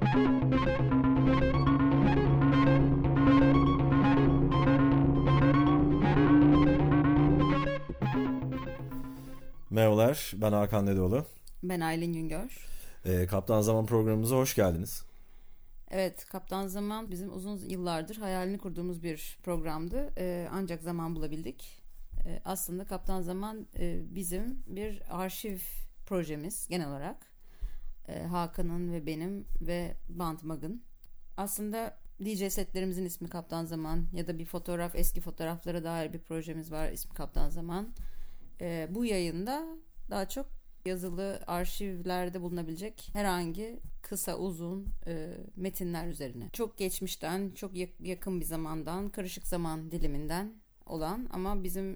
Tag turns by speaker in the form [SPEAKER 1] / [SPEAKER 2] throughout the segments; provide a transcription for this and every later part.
[SPEAKER 1] Merhabalar, ben Hakan Nedoğlu.
[SPEAKER 2] Ben Aylin Güngör.
[SPEAKER 1] Kaptan Zaman programımıza hoş geldiniz.
[SPEAKER 2] Evet, Kaptan Zaman bizim uzun yıllardır hayalini kurduğumuz bir programdı. Ancak zaman bulabildik. Aslında Kaptan Zaman bizim bir arşiv projemiz genel olarak. Hakan'ın ve benim ve Bant Mag'ın. Aslında DJ setlerimizin ismi Kaptan Zaman ya da bir fotoğraf, eski fotoğraflara dair bir projemiz var, ismi Kaptan Zaman. Bu yayında daha çok yazılı arşivlerde bulunabilecek herhangi kısa uzun metinler üzerine. Çok geçmişten, çok yakın bir zamandan, karışık zaman diliminden olan ama bizim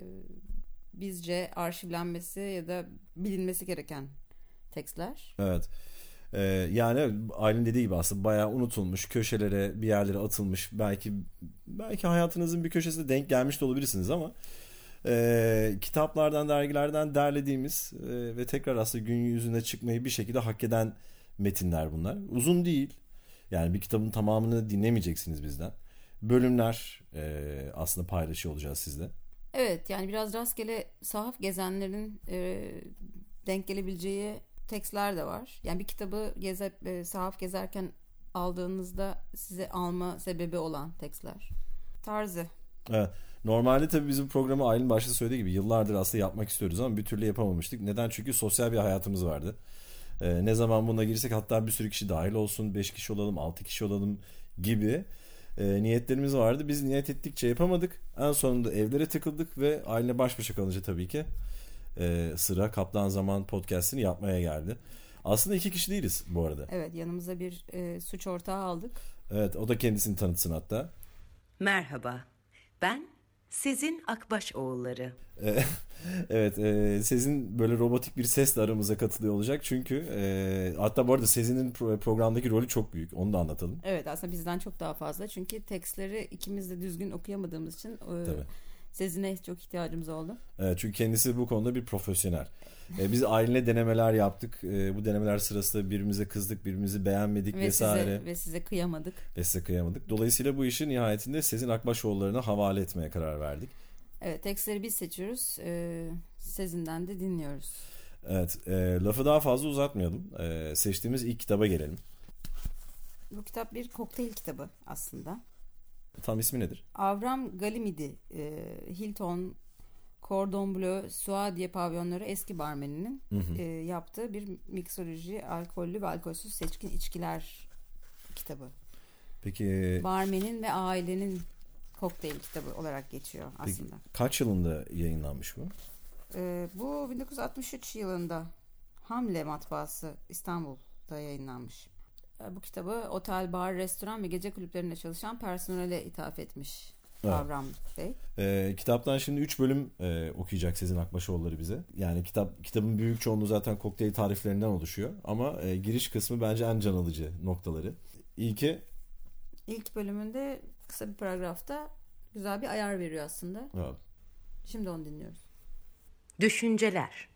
[SPEAKER 2] bizce arşivlenmesi ya da bilinmesi gereken tekstler.
[SPEAKER 1] Evet. Yani Aylin dediği gibi aslında bayağı unutulmuş, köşelere, bir yerlere atılmış. Belki hayatınızın bir köşesine denk gelmiş de olabilirsiniz ama kitaplardan, dergilerden derlediğimiz ve tekrar aslında gün yüzüne çıkmayı bir şekilde hak eden metinler bunlar. Uzun değil. Yani bir kitabın tamamını dinlemeyeceksiniz bizden. Bölümler aslında paylaşıyor olacağız sizle.
[SPEAKER 2] Evet, yani biraz rastgele sahaf gezenlerin denk gelebileceği tekstler de var. Yani bir kitabı sahaf gezerken aldığınızda size alma sebebi olan tekstler. Tarzı.
[SPEAKER 1] Evet. Normalde tabii bizim programı Aylin başta söylediği gibi yıllardır aslında yapmak istiyoruz ama bir türlü yapamamıştık. Neden? Çünkü sosyal bir hayatımız vardı. Ne zaman buna girsek hatta bir sürü kişi dahil olsun, 5 kişi olalım, 6 kişi olalım gibi niyetlerimiz vardı. Biz niyet ettikçe yapamadık. En sonunda evlere tıkıldık ve Aylin'le baş başa kalınca tabii ki sıra Kaptan Zaman podcast'ini yapmaya geldi. Aslında 2 kişi değiliz bu arada.
[SPEAKER 2] Evet, yanımıza bir suç ortağı aldık.
[SPEAKER 1] Evet, o da kendisini tanıtsın hatta.
[SPEAKER 3] Merhaba, ben Sezin Akbaş oğulları.
[SPEAKER 1] Evet, Sezin böyle robotik bir sesle aramıza katılıyor olacak. Çünkü hatta bu arada Sezin'in programdaki rolü çok büyük. Onu da anlatalım.
[SPEAKER 2] Evet, aslında bizden çok daha fazla. Çünkü tekstleri ikimiz de düzgün okuyamadığımız için Sezin'e çok ihtiyacımız oldu.
[SPEAKER 1] Evet, çünkü kendisi bu konuda bir profesyonel. Biz Aylin'le denemeler yaptık. Bu denemeler sırasında birbirimize kızdık, birbirimizi beğenmedik vesaire.
[SPEAKER 2] Ve size kıyamadık.
[SPEAKER 1] Dolayısıyla bu işi nihayetinde Sezin Akbaşoğulları'na havale etmeye karar verdik.
[SPEAKER 2] Evet, tekstleri biz seçiyoruz. Sezin'den de dinliyoruz.
[SPEAKER 1] Evet, lafı daha fazla uzatmayalım. Seçtiğimiz ilk kitaba gelelim.
[SPEAKER 2] Bu kitap bir kokteyl kitabı aslında.
[SPEAKER 1] Tam ismi nedir?
[SPEAKER 2] Avram Galimidi, Hilton, Cordon Bleu, Suadiye pavyonları eski barmeninin yaptığı bir miksoloji, alkollü ve alkolsüz seçkin içkiler kitabı.
[SPEAKER 1] Peki
[SPEAKER 2] barmenin ve ailenin kokteyl kitabı olarak geçiyor aslında.
[SPEAKER 1] Peki, kaç yılında yayınlanmış bu?
[SPEAKER 2] Bu 1963 yılında Hamle Matbaası İstanbul'da yayınlanmış. Bu kitabı otel, bar, restoran ve gece kulüplerinde çalışan personele ithaf etmiş Avram Bey.
[SPEAKER 1] Kitaptan şimdi 3 bölüm okuyacak Sezin Akbaşoğulları bize. Yani kitabın büyük çoğunluğu zaten kokteyl tariflerinden oluşuyor. Ama giriş kısmı bence en can alıcı noktaları. İlk
[SPEAKER 2] bölümünde kısa bir paragrafta güzel bir ayar veriyor aslında.
[SPEAKER 1] Evet.
[SPEAKER 2] Şimdi onu dinliyoruz.
[SPEAKER 3] Düşünceler.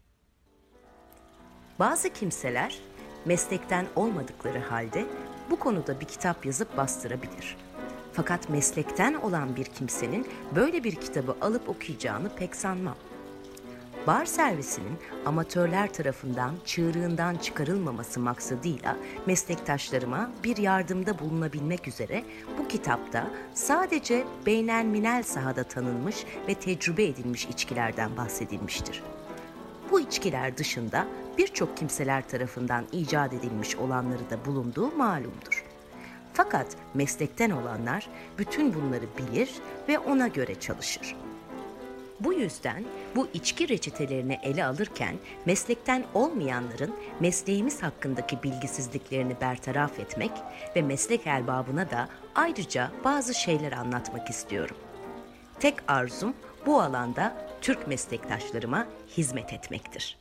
[SPEAKER 3] Bazı kimseler meslekten olmadıkları halde bu konuda bir kitap yazıp bastırabilir. Fakat meslekten olan bir kimsenin böyle bir kitabı alıp okuyacağını pek sanmam. Bar servisinin amatörler tarafından çığırından çıkarılmaması maksadıyla meslektaşlarıma bir yardımda bulunabilmek üzere bu kitapta sadece beynelminel sahada tanınmış ve tecrübe edilmiş içkilerden bahsedilmiştir. Bu içkiler dışında birçok kimseler tarafından icat edilmiş olanları da bulunduğu malumdur. Fakat meslekten olanlar bütün bunları bilir ve ona göre çalışır. Bu yüzden bu içki reçetelerini ele alırken meslekten olmayanların mesleğimiz hakkındaki bilgisizliklerini bertaraf etmek ve meslek erbabına da ayrıca bazı şeyler anlatmak istiyorum. Tek arzum bu alanda Türk meslektaşlarıma hizmet etmektir.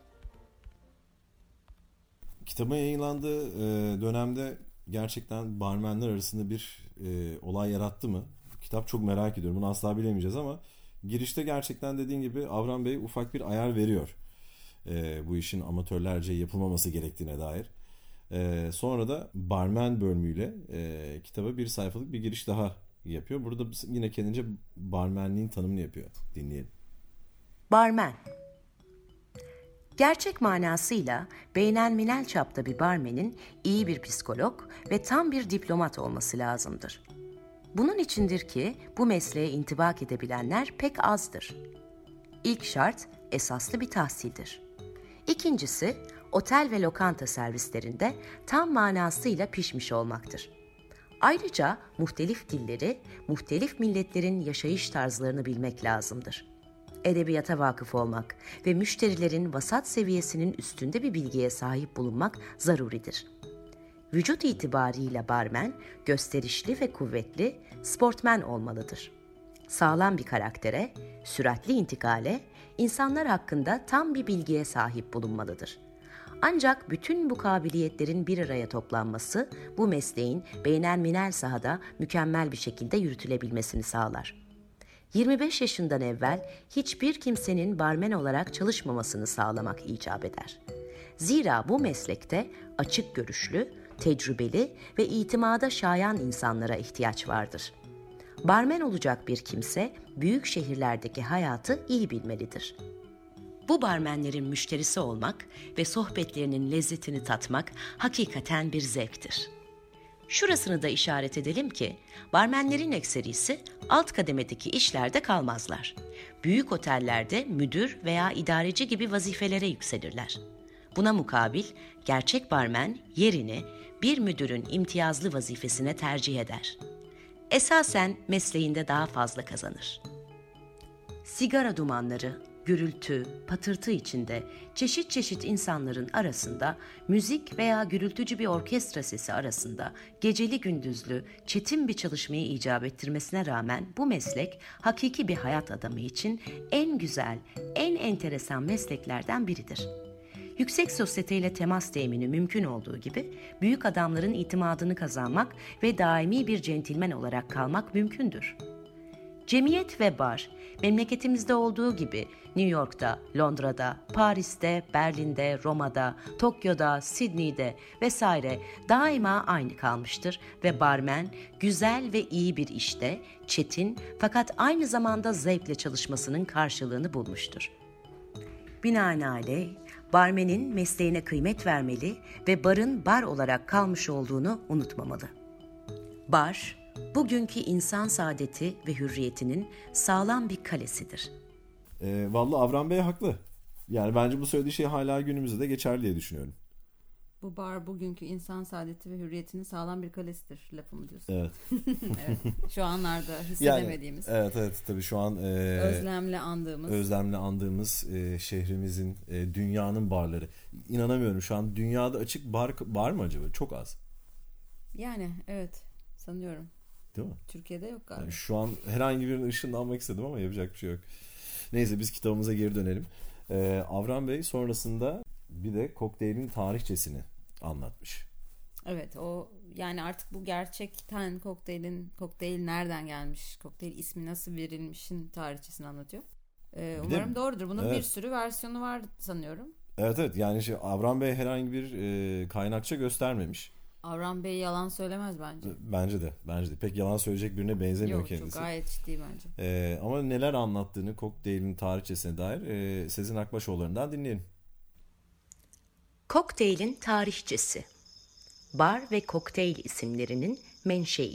[SPEAKER 1] Kitabın yayınlandığı dönemde gerçekten barmenler arasında bir olay yarattı mı? Kitap çok merak ediyorum. Bunu asla bilemeyeceğiz ama girişte gerçekten dediğin gibi Avram Bey ufak bir ayar veriyor. Bu işin amatörlerce yapılmaması gerektiğine dair. Sonra da barmen bölümüyle kitaba bir sayfalık bir giriş daha yapıyor. Burada yine kendince barmenliğin tanımını yapıyor. Dinleyelim.
[SPEAKER 3] Barmen. Gerçek manasıyla beynelmilel çapta bir barmenin iyi bir psikolog ve tam bir diplomat olması lazımdır. Bunun içindir ki bu mesleğe intibak edebilenler pek azdır. İlk şart esaslı bir tahsildir. İkincisi, otel ve lokanta servislerinde tam manasıyla pişmiş olmaktır. Ayrıca muhtelif dilleri, muhtelif milletlerin yaşayış tarzlarını bilmek lazımdır. Edebiyata vakıf olmak ve müşterilerin vasat seviyesinin üstünde bir bilgiye sahip bulunmak zaruridir. Vücut itibarıyla barmen, gösterişli ve kuvvetli, sportmen olmalıdır. Sağlam bir karaktere, süratli intikale, insanlar hakkında tam bir bilgiye sahip bulunmalıdır. Ancak bütün bu kabiliyetlerin bir araya toplanması, bu mesleğin beynelmilel sahada mükemmel bir şekilde yürütülebilmesini sağlar. 25 yaşından evvel hiçbir kimsenin barmen olarak çalışmamasını sağlamak icap eder. Zira bu meslekte açık görüşlü, tecrübeli ve itimada şayan insanlara ihtiyaç vardır. Barmen olacak bir kimse büyük şehirlerdeki hayatı iyi bilmelidir. Bu barmenlerin müşterisi olmak ve sohbetlerinin lezzetini tatmak hakikaten bir zevktir. Şurasını da işaret edelim ki barmenlerin ekserisi alt kademedeki işlerde kalmazlar. Büyük otellerde müdür veya idareci gibi vazifelere yükselirler. Buna mukabil gerçek barmen yerini bir müdürün imtiyazlı vazifesine tercih eder. Esasen mesleğinde daha fazla kazanır. Sigara dumanları, gürültü, patırtı içinde çeşit çeşit insanların arasında, müzik veya gürültücü bir orkestra sesi arasında geceli gündüzlü çetin bir çalışmayı icap ettirmesine rağmen bu meslek hakiki bir hayat adamı için en güzel, en enteresan mesleklerden biridir. Yüksek sosyeteyle temas temini mümkün olduğu gibi büyük adamların itimadını kazanmak ve daimi bir centilmen olarak kalmak mümkündür. Cemiyet ve bar, memleketimizde olduğu gibi New York'ta, Londra'da, Paris'te, Berlin'de, Roma'da, Tokyo'da, Sydney'de vesaire daima aynı kalmıştır ve barmen güzel ve iyi bir işte, çetin fakat aynı zamanda zevkle çalışmasının karşılığını bulmuştur. Binaenaleyh, barmenin mesleğine kıymet vermeli ve barın bar olarak kalmış olduğunu unutmamalı. Bar, bugünkü insan saadeti ve hürriyetinin sağlam bir kalesidir.
[SPEAKER 1] Vallahi Avram Bey haklı. Yani bence bu söylediği şey hala günümüzde de geçerli diye düşünüyorum.
[SPEAKER 2] Bu bar bugünkü insan saadeti ve hürriyetinin sağlam bir kalesidir lafımı diyorsun.
[SPEAKER 1] Evet.
[SPEAKER 2] Evet. Şu anlarda hissedemediğimiz.
[SPEAKER 1] Yani, evet tabii şu an özlemle andığımız şehrimizin, dünyanın barları. İnanamıyorum, şu an dünyada açık bar mı acaba? Çok az.
[SPEAKER 2] Yani evet, sanıyorum.
[SPEAKER 1] Değil mi?
[SPEAKER 2] Türkiye'de yok galiba.
[SPEAKER 1] Yani şu an herhangi birinin ışığını almak istedim ama yapacak bir şey yok. Neyse, biz kitabımıza geri dönelim. Avram Bey sonrasında bir de kokteylin tarihçesini anlatmış.
[SPEAKER 2] Evet, o yani artık bu gerçekten kokteyl nereden gelmiş, kokteyl ismi nasıl verilmişin tarihçesini anlatıyor. Umarım doğrudur. Bunun bir sürü versiyonu var sanıyorum. Evet
[SPEAKER 1] yani Avram Bey herhangi bir kaynakça göstermemiş.
[SPEAKER 2] Avram Bey yalan söylemez bence.
[SPEAKER 1] Bence de. Pek yalan söyleyecek birine benzemiyor
[SPEAKER 2] Yok,
[SPEAKER 1] kendisi.
[SPEAKER 2] Yok, gayet ciddi bence.
[SPEAKER 1] Ama neler anlattığını kokteylin tarihçesine dair Sezin Akbaşoğulları'ndan dinleyelim.
[SPEAKER 3] Kokteylin tarihçesi. Bar ve kokteyl isimlerinin menşei.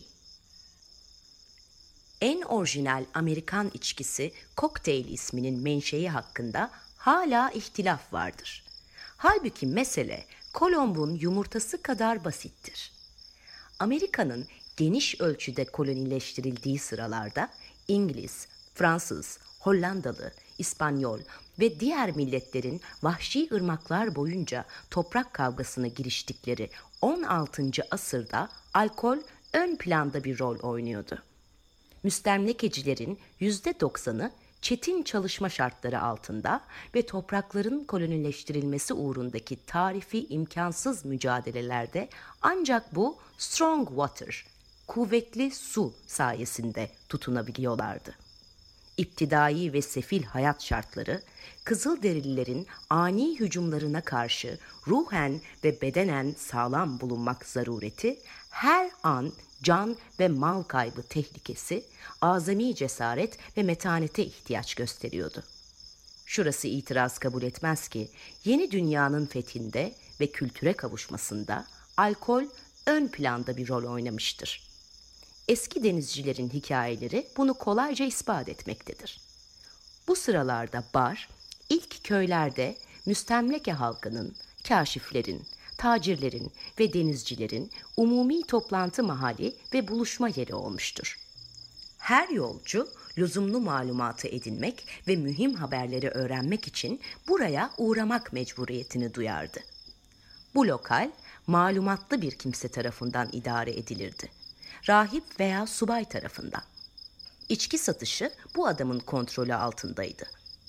[SPEAKER 3] En orijinal Amerikan içkisi kokteyl isminin menşei hakkında hala ihtilaf vardır. Halbuki mesele Kolomb'un yumurtası kadar basittir. Amerika'nın geniş ölçüde kolonileştirildiği sıralarda İngiliz, Fransız, Hollandalı, İspanyol ve diğer milletlerin vahşi ırmaklar boyunca toprak kavgasına giriştikleri 16. asırda alkol ön planda bir rol oynuyordu. Müstemlekecilerin %90'ı çetin çalışma şartları altında ve toprakların kolonileştirilmesi uğrundaki tarifi imkansız mücadelelerde ancak bu strong water, kuvvetli su sayesinde tutunabiliyorlardı. İptidai ve sefil hayat şartları, Kızılderililerin ani hücumlarına karşı ruhen ve bedenen sağlam bulunmak zarureti, her an can ve mal kaybı tehlikesi, azami cesaret ve metanete ihtiyaç gösteriyordu. Şurası itiraz kabul etmez ki, yeni dünyanın fethinde ve kültüre kavuşmasında alkol ön planda bir rol oynamıştır. Eski denizcilerin hikayeleri bunu kolayca ispat etmektedir. Bu sıralarda bar, ilk köylerde müstemleke halkının, kâşiflerin, tacirlerin ve denizcilerin umumi toplantı mahalli ve buluşma yeri olmuştur. Her yolcu lüzumlu malumatı edinmek ve mühim haberleri öğrenmek için buraya uğramak mecburiyetini duyardı. Bu lokal malumatlı bir kimse tarafından idare edilirdi. Rahip veya subay tarafından. İçki satışı bu adamın kontrolü altındaydı.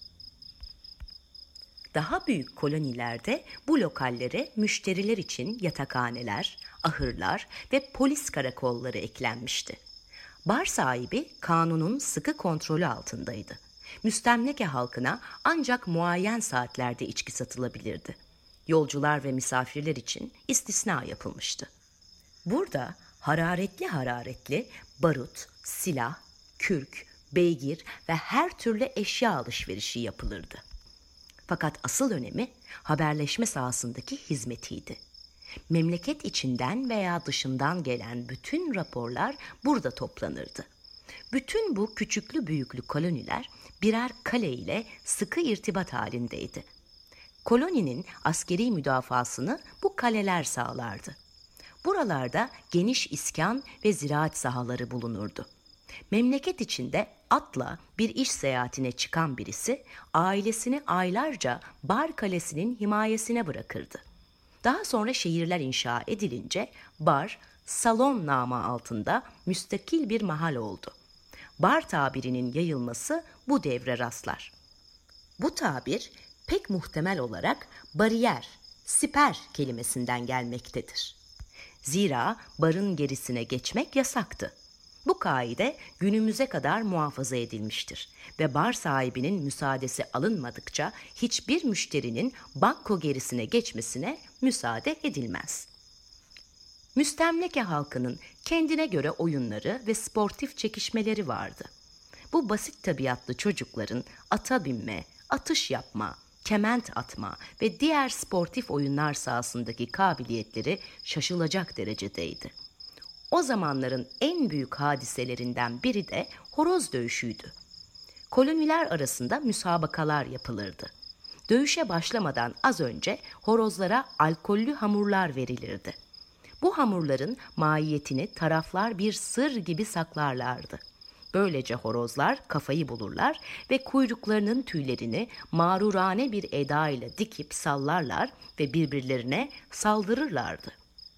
[SPEAKER 3] Daha büyük kolonilerde bu lokallere müşteriler için yatakhaneler, ahırlar ve polis karakolları eklenmişti. Bar sahibi kanunun sıkı kontrolü altındaydı. Müstemleke halkına ancak muayyen saatlerde içki satılabilirdi. Yolcular ve misafirler için istisna yapılmıştı. Burada hararetli barut, silah, kürk, beygir ve her türlü eşya alışverişi yapılırdı. Fakat asıl önemi haberleşme sahasındaki hizmetiydi. Memleket içinden veya dışından gelen bütün raporlar burada toplanırdı. Bütün bu küçüklü büyüklü koloniler birer kale ile sıkı irtibat halindeydi. Koloninin askeri müdafasını bu kaleler sağlardı. Buralarda geniş iskan ve ziraat sahaları bulunurdu. Memleket içinde atla bir iş seyahatine çıkan birisi ailesini aylarca Bar Kalesi'nin himayesine bırakırdı. Daha sonra şehirler inşa edilince Bar, Salon namı altında müstakil bir mahal oldu. Bar tabirinin yayılması bu devre rastlar. Bu tabir pek muhtemel olarak bariyer, siper kelimesinden gelmektedir. Zira barın gerisine geçmek yasaktı. Bu kaide günümüze kadar muhafaza edilmiştir ve bar sahibinin müsaadesi alınmadıkça hiçbir müşterinin banko gerisine geçmesine müsaade edilmez. Müstemleke halkının kendine göre oyunları ve sportif çekişmeleri vardı. Bu basit tabiatlı çocukların ata binme, atış yapma, kement atma ve diğer sportif oyunlar sahasındaki kabiliyetleri şaşılacak derecedeydi. O zamanların en büyük hadiselerinden biri de horoz dövüşüydü. Koloniler arasında müsabakalar yapılırdı. Dövüşe başlamadan az önce horozlara alkollü hamurlar verilirdi. Bu hamurların mahiyetini taraflar bir sır gibi saklarlardı. Böylece horozlar kafayı bulurlar ve kuyruklarının tüylerini mağrurane bir eda ile dikip sallarlar ve birbirlerine saldırırlardı.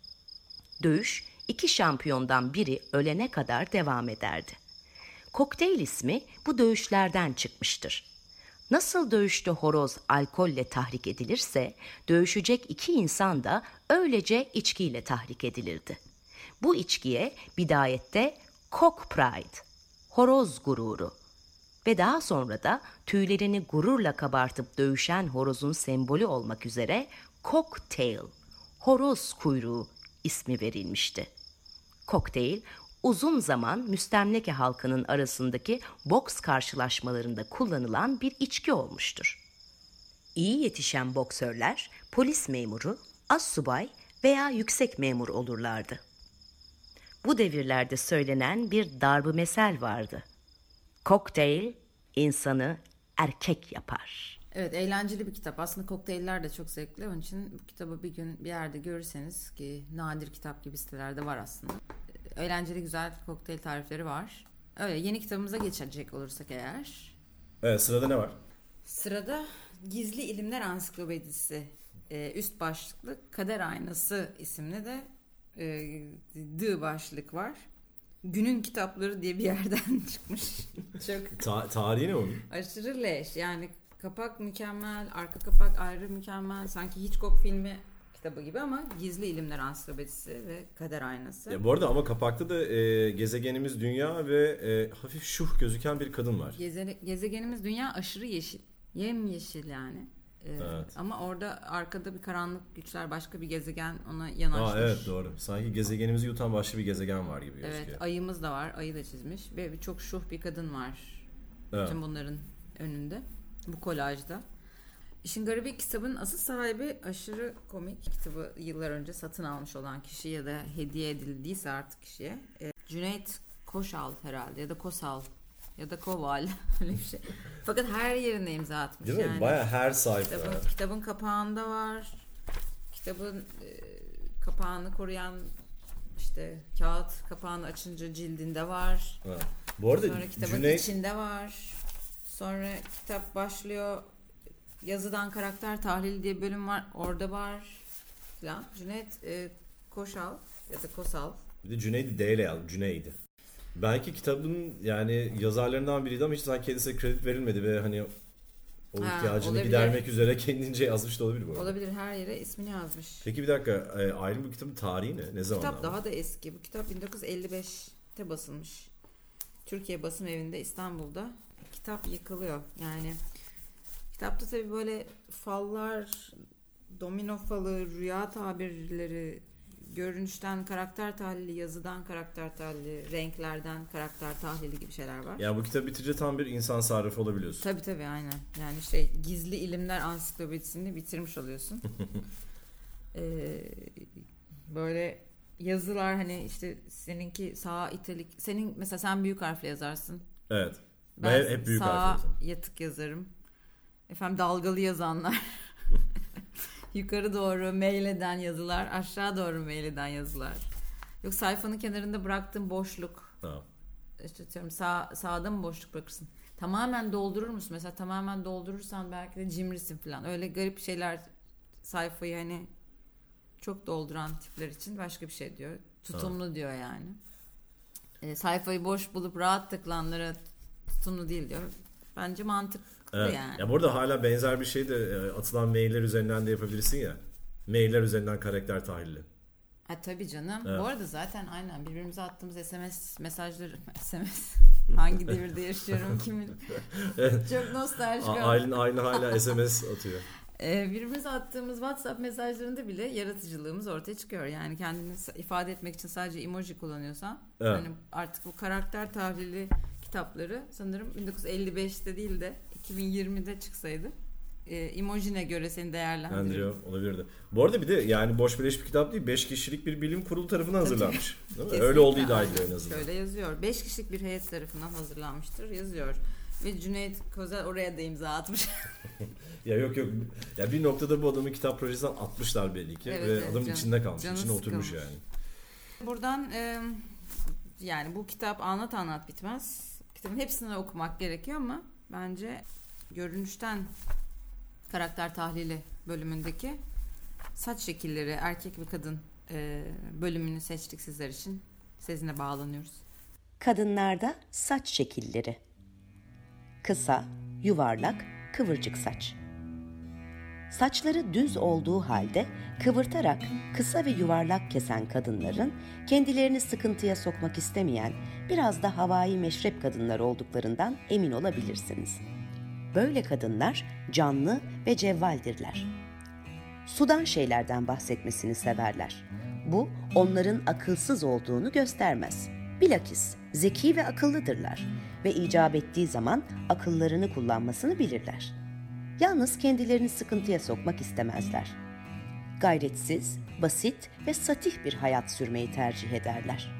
[SPEAKER 3] Dövüş, iki şampiyondan biri ölene kadar devam ederdi. Kokteyl ismi bu dövüşlerden çıkmıştır. Nasıl dövüşte horoz alkolle tahrik edilirse, dövüşecek iki insan da öylece içkiyle tahrik edilirdi. Bu içkiye bidayette cock pride, horoz gururu ve daha sonra da tüylerini gururla kabartıp dövüşen horozun sembolü olmak üzere cocktail, horoz kuyruğu ismi verilmişti. Kokteyl, uzun zaman müstemleke halkının arasındaki boks karşılaşmalarında kullanılan bir içki olmuştur. İyi yetişen boksörler, polis memuru, astsubay veya yüksek memur olurlardı. Bu devirlerde söylenen bir darb-ı mesel vardı. Kokteyl, insanı erkek yapar.
[SPEAKER 2] Evet, eğlenceli bir kitap. Aslında kokteyller de çok zevkli. Onun için bu kitabı bir gün bir yerde görürseniz, ki nadir kitap gibi sitelerde var aslında. Eğlenceli güzel kokteyl tarifleri var. Öyle, yeni kitabımıza geçecek olursak eğer.
[SPEAKER 1] Evet, sırada ne var?
[SPEAKER 2] Sırada Gizli İlimler Ansiklopedisi. Üst başlıklı Kader Aynası isimli de D başlık var. Günün kitapları diye bir yerden çıkmış. Çok
[SPEAKER 1] Tarihi ne onun?
[SPEAKER 2] aşırı leş. Yani kapak mükemmel, arka kapak ayrı mükemmel. Sanki Hitchcock filmi kitabı gibi ama Gizli İlimler Ansiklopedisi ve Kader Aynası.
[SPEAKER 1] Ya bu arada ama kapakta da gezegenimiz Dünya ve hafif şuh gözüken bir kadın var.
[SPEAKER 2] Gezegenimiz Dünya aşırı yeşil. Yemyeşil yani.
[SPEAKER 1] Evet.
[SPEAKER 2] Ama orada arkada bir karanlık güçler, başka bir gezegen ona yanaşmış.
[SPEAKER 1] Evet, doğru. Sanki gezegenimizi yutan başka bir gezegen var gibi gözüküyor.
[SPEAKER 2] Evet, ayımız da var. Ayı da çizmiş. Ve çok şuh bir kadın var.
[SPEAKER 1] Evet.
[SPEAKER 2] Bütün bunların önünde. Bu kolajda. İşin garibi, kitabın asıl sahibi aşırı komik. Kitabı yıllar önce satın almış olan kişi ya da hediye edildiyse artık kişiye. Cüneyt Koşal herhalde ya da Kosal ya da Koval öyle bir şey. Fakat her yerine imza atmış.
[SPEAKER 1] Değil mi?
[SPEAKER 2] Yani
[SPEAKER 1] Bayağı her sayfa.
[SPEAKER 2] kitabın kapağında var. Kitabın kapağını koruyan işte kağıt kapağını açınca cildinde var.
[SPEAKER 1] Evet. Bu arada
[SPEAKER 2] sonra kitabın içinde var. Sonra kitap başlıyor. Yazıdan karakter tahlili diye bölüm var. Orada var falan. Cüneyt Koşal ya da Kosal.
[SPEAKER 1] Bir de Cüneyd'i D ile yazdım. Cüneydi. Belki kitabın yani yazarlarından biriydi ama hiç zaten kendisine kredi verilmedi ve hani o ihtiyacını
[SPEAKER 2] olabilir.
[SPEAKER 1] Gidermek üzere kendince yazmış da olabilir bu arada.
[SPEAKER 2] Olabilir, her yere ismini yazmış.
[SPEAKER 1] Peki bir dakika, Aylin bu kitabın tarihi ne? Ne zaman?
[SPEAKER 2] Kitap daha da eski. Bu kitap 1955'te basılmış. Türkiye Basım Evi'nde İstanbul'da. Kitap yıkılıyor. Yani kitapta tabii böyle fallar, domino falı, rüya tabirleri, görünüşten karakter tahlili, yazıdan karakter tahlili, renklerden karakter tahlili gibi şeyler var.
[SPEAKER 1] Ya bu kitabı bitirince tam bir insan sarrafı olabiliyorsun.
[SPEAKER 2] Tabii aynen. Yani Gizli İlimler Ansiklopedisini bitirmiş oluyorsun. Böyle yazılar hani işte seninki sağ italik, senin mesela sen büyük harfle yazarsın.
[SPEAKER 1] Evet.
[SPEAKER 2] Ben
[SPEAKER 1] hep büyük
[SPEAKER 2] sağ
[SPEAKER 1] harfle yazarım.
[SPEAKER 2] yatık yazarım. Efendim dalgalı yazanlar. Yukarı doğru meyleden yazılar, aşağı doğru meyleden yazılar. Yok, sayfanın kenarında bıraktığın boşluk.
[SPEAKER 1] Ha.
[SPEAKER 2] İşte diyorum sağda mı boşluk bırakırsın? Tamamen doldurur musun? Mesela tamamen doldurursan belki de cimrisin falan. Öyle garip şeyler, sayfayı hani çok dolduran tipler için başka bir şey diyor. Tutumlu diyor yani. Sayfayı boş bulup rahat tıklananlara tutumlu değil diyor. Bence mantıklı yani.
[SPEAKER 1] Ya burada hala benzer bir şey de atılan mailler üzerinden de yapabilirsin ya. Mailler üzerinden karakter tahlili.
[SPEAKER 2] Tabii canım.
[SPEAKER 1] Evet.
[SPEAKER 2] Bu arada zaten aynen birbirimize attığımız SMS mesajları hangi devirde yaşıyorum kim bilir.
[SPEAKER 1] Evet.
[SPEAKER 2] Çok nostaljik.
[SPEAKER 1] Aylin hala SMS atıyor.
[SPEAKER 2] Birbirimize attığımız WhatsApp mesajlarında bile yaratıcılığımız ortaya çıkıyor. Yani kendini ifade etmek için sadece emoji kullanıyorsan,
[SPEAKER 1] evet.
[SPEAKER 2] hani artık bu karakter tahlili kitapları sanırım 1955'te değil de 2020'de çıksaydı emojine göre seni değerlendiriyor.
[SPEAKER 1] Olabilirdi. Bu arada bir de yani boş beleş bir kitap değil, 5 kişilik bir bilim kurulu tarafından hazırlanmış. Değil mi? Öyle olduğu iddia ediliyor en azından.
[SPEAKER 2] Şöyle yazıyor. 5 kişilik bir heyet tarafından hazırlanmıştır yazıyor. Ve Cüneyt Kozel oraya da imza atmış.
[SPEAKER 1] Ya yok. Ya bir noktada bu adamın kitap projesinden atmışlar belli ki.
[SPEAKER 2] Evet,
[SPEAKER 1] ve adamın içinde kalmış. İçine oturmuş
[SPEAKER 2] sıkılmış.
[SPEAKER 1] yani.
[SPEAKER 2] Buradan yani bu kitap anlat bitmez. Kitabın hepsini okumak gerekiyor ama bence görünüşten karakter tahlili bölümündeki saç şekilleri, erkek ve kadın bölümünü seçtik sizler için. Sizinle bağlanıyoruz.
[SPEAKER 3] Kadınlarda saç şekilleri. Kısa, yuvarlak, kıvırcık saç. Saçları düz olduğu halde kıvırtarak kısa ve yuvarlak kesen kadınların kendilerini sıkıntıya sokmak istemeyen biraz da havai meşrep kadınlar olduklarından emin olabilirsiniz. Böyle kadınlar canlı ve cevvaldirler. Sudan şeylerden bahsetmesini severler. Bu onların akılsız olduğunu göstermez. Bilakis zeki ve akıllıdırlar ve icap ettiği zaman akıllarını kullanmasını bilirler. Yalnız kendilerini sıkıntıya sokmak istemezler. Gayretsiz, basit ve satih bir hayat sürmeyi tercih ederler.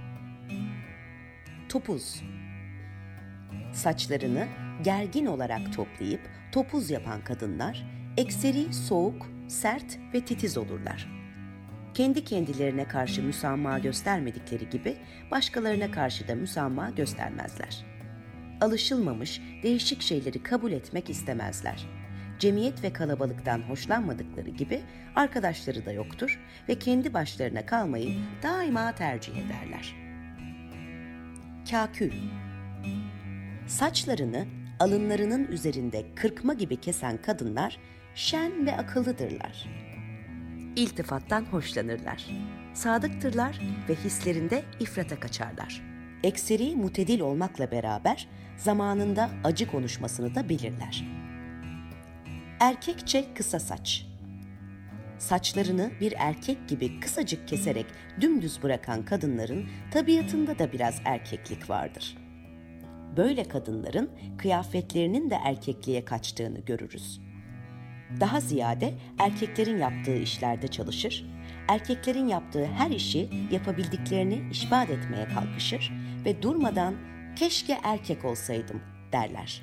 [SPEAKER 3] Topuz. Saçlarını gergin olarak toplayıp topuz yapan kadınlar ekseri soğuk, sert ve titiz olurlar. Kendi kendilerine karşı müsamaha göstermedikleri gibi başkalarına karşı da müsamaha göstermezler. Alışılmamış değişik şeyleri kabul etmek istemezler. Cemiyet ve kalabalıktan hoşlanmadıkları gibi arkadaşları da yoktur ve kendi başlarına kalmayı daima tercih ederler. Kâkül. Saçlarını alınlarının üzerinde kırkma gibi kesen kadınlar şen ve akıllıdırlar. İltifattan hoşlanırlar. Sadıktırlar ve hislerinde ifrata kaçarlar. Ekseri mutedil olmakla beraber zamanında acı konuşmasını da bilirler. Erkekçe kısa saç. Saçlarını bir erkek gibi kısacık keserek dümdüz bırakan kadınların tabiatında da biraz erkeklik vardır. Böyle kadınların kıyafetlerinin de erkekliğe kaçtığını görürüz. Daha ziyade erkeklerin yaptığı işlerde çalışır, erkeklerin yaptığı her işi yapabildiklerini ispat etmeye kalkışır ve durmadan "keşke erkek olsaydım" derler.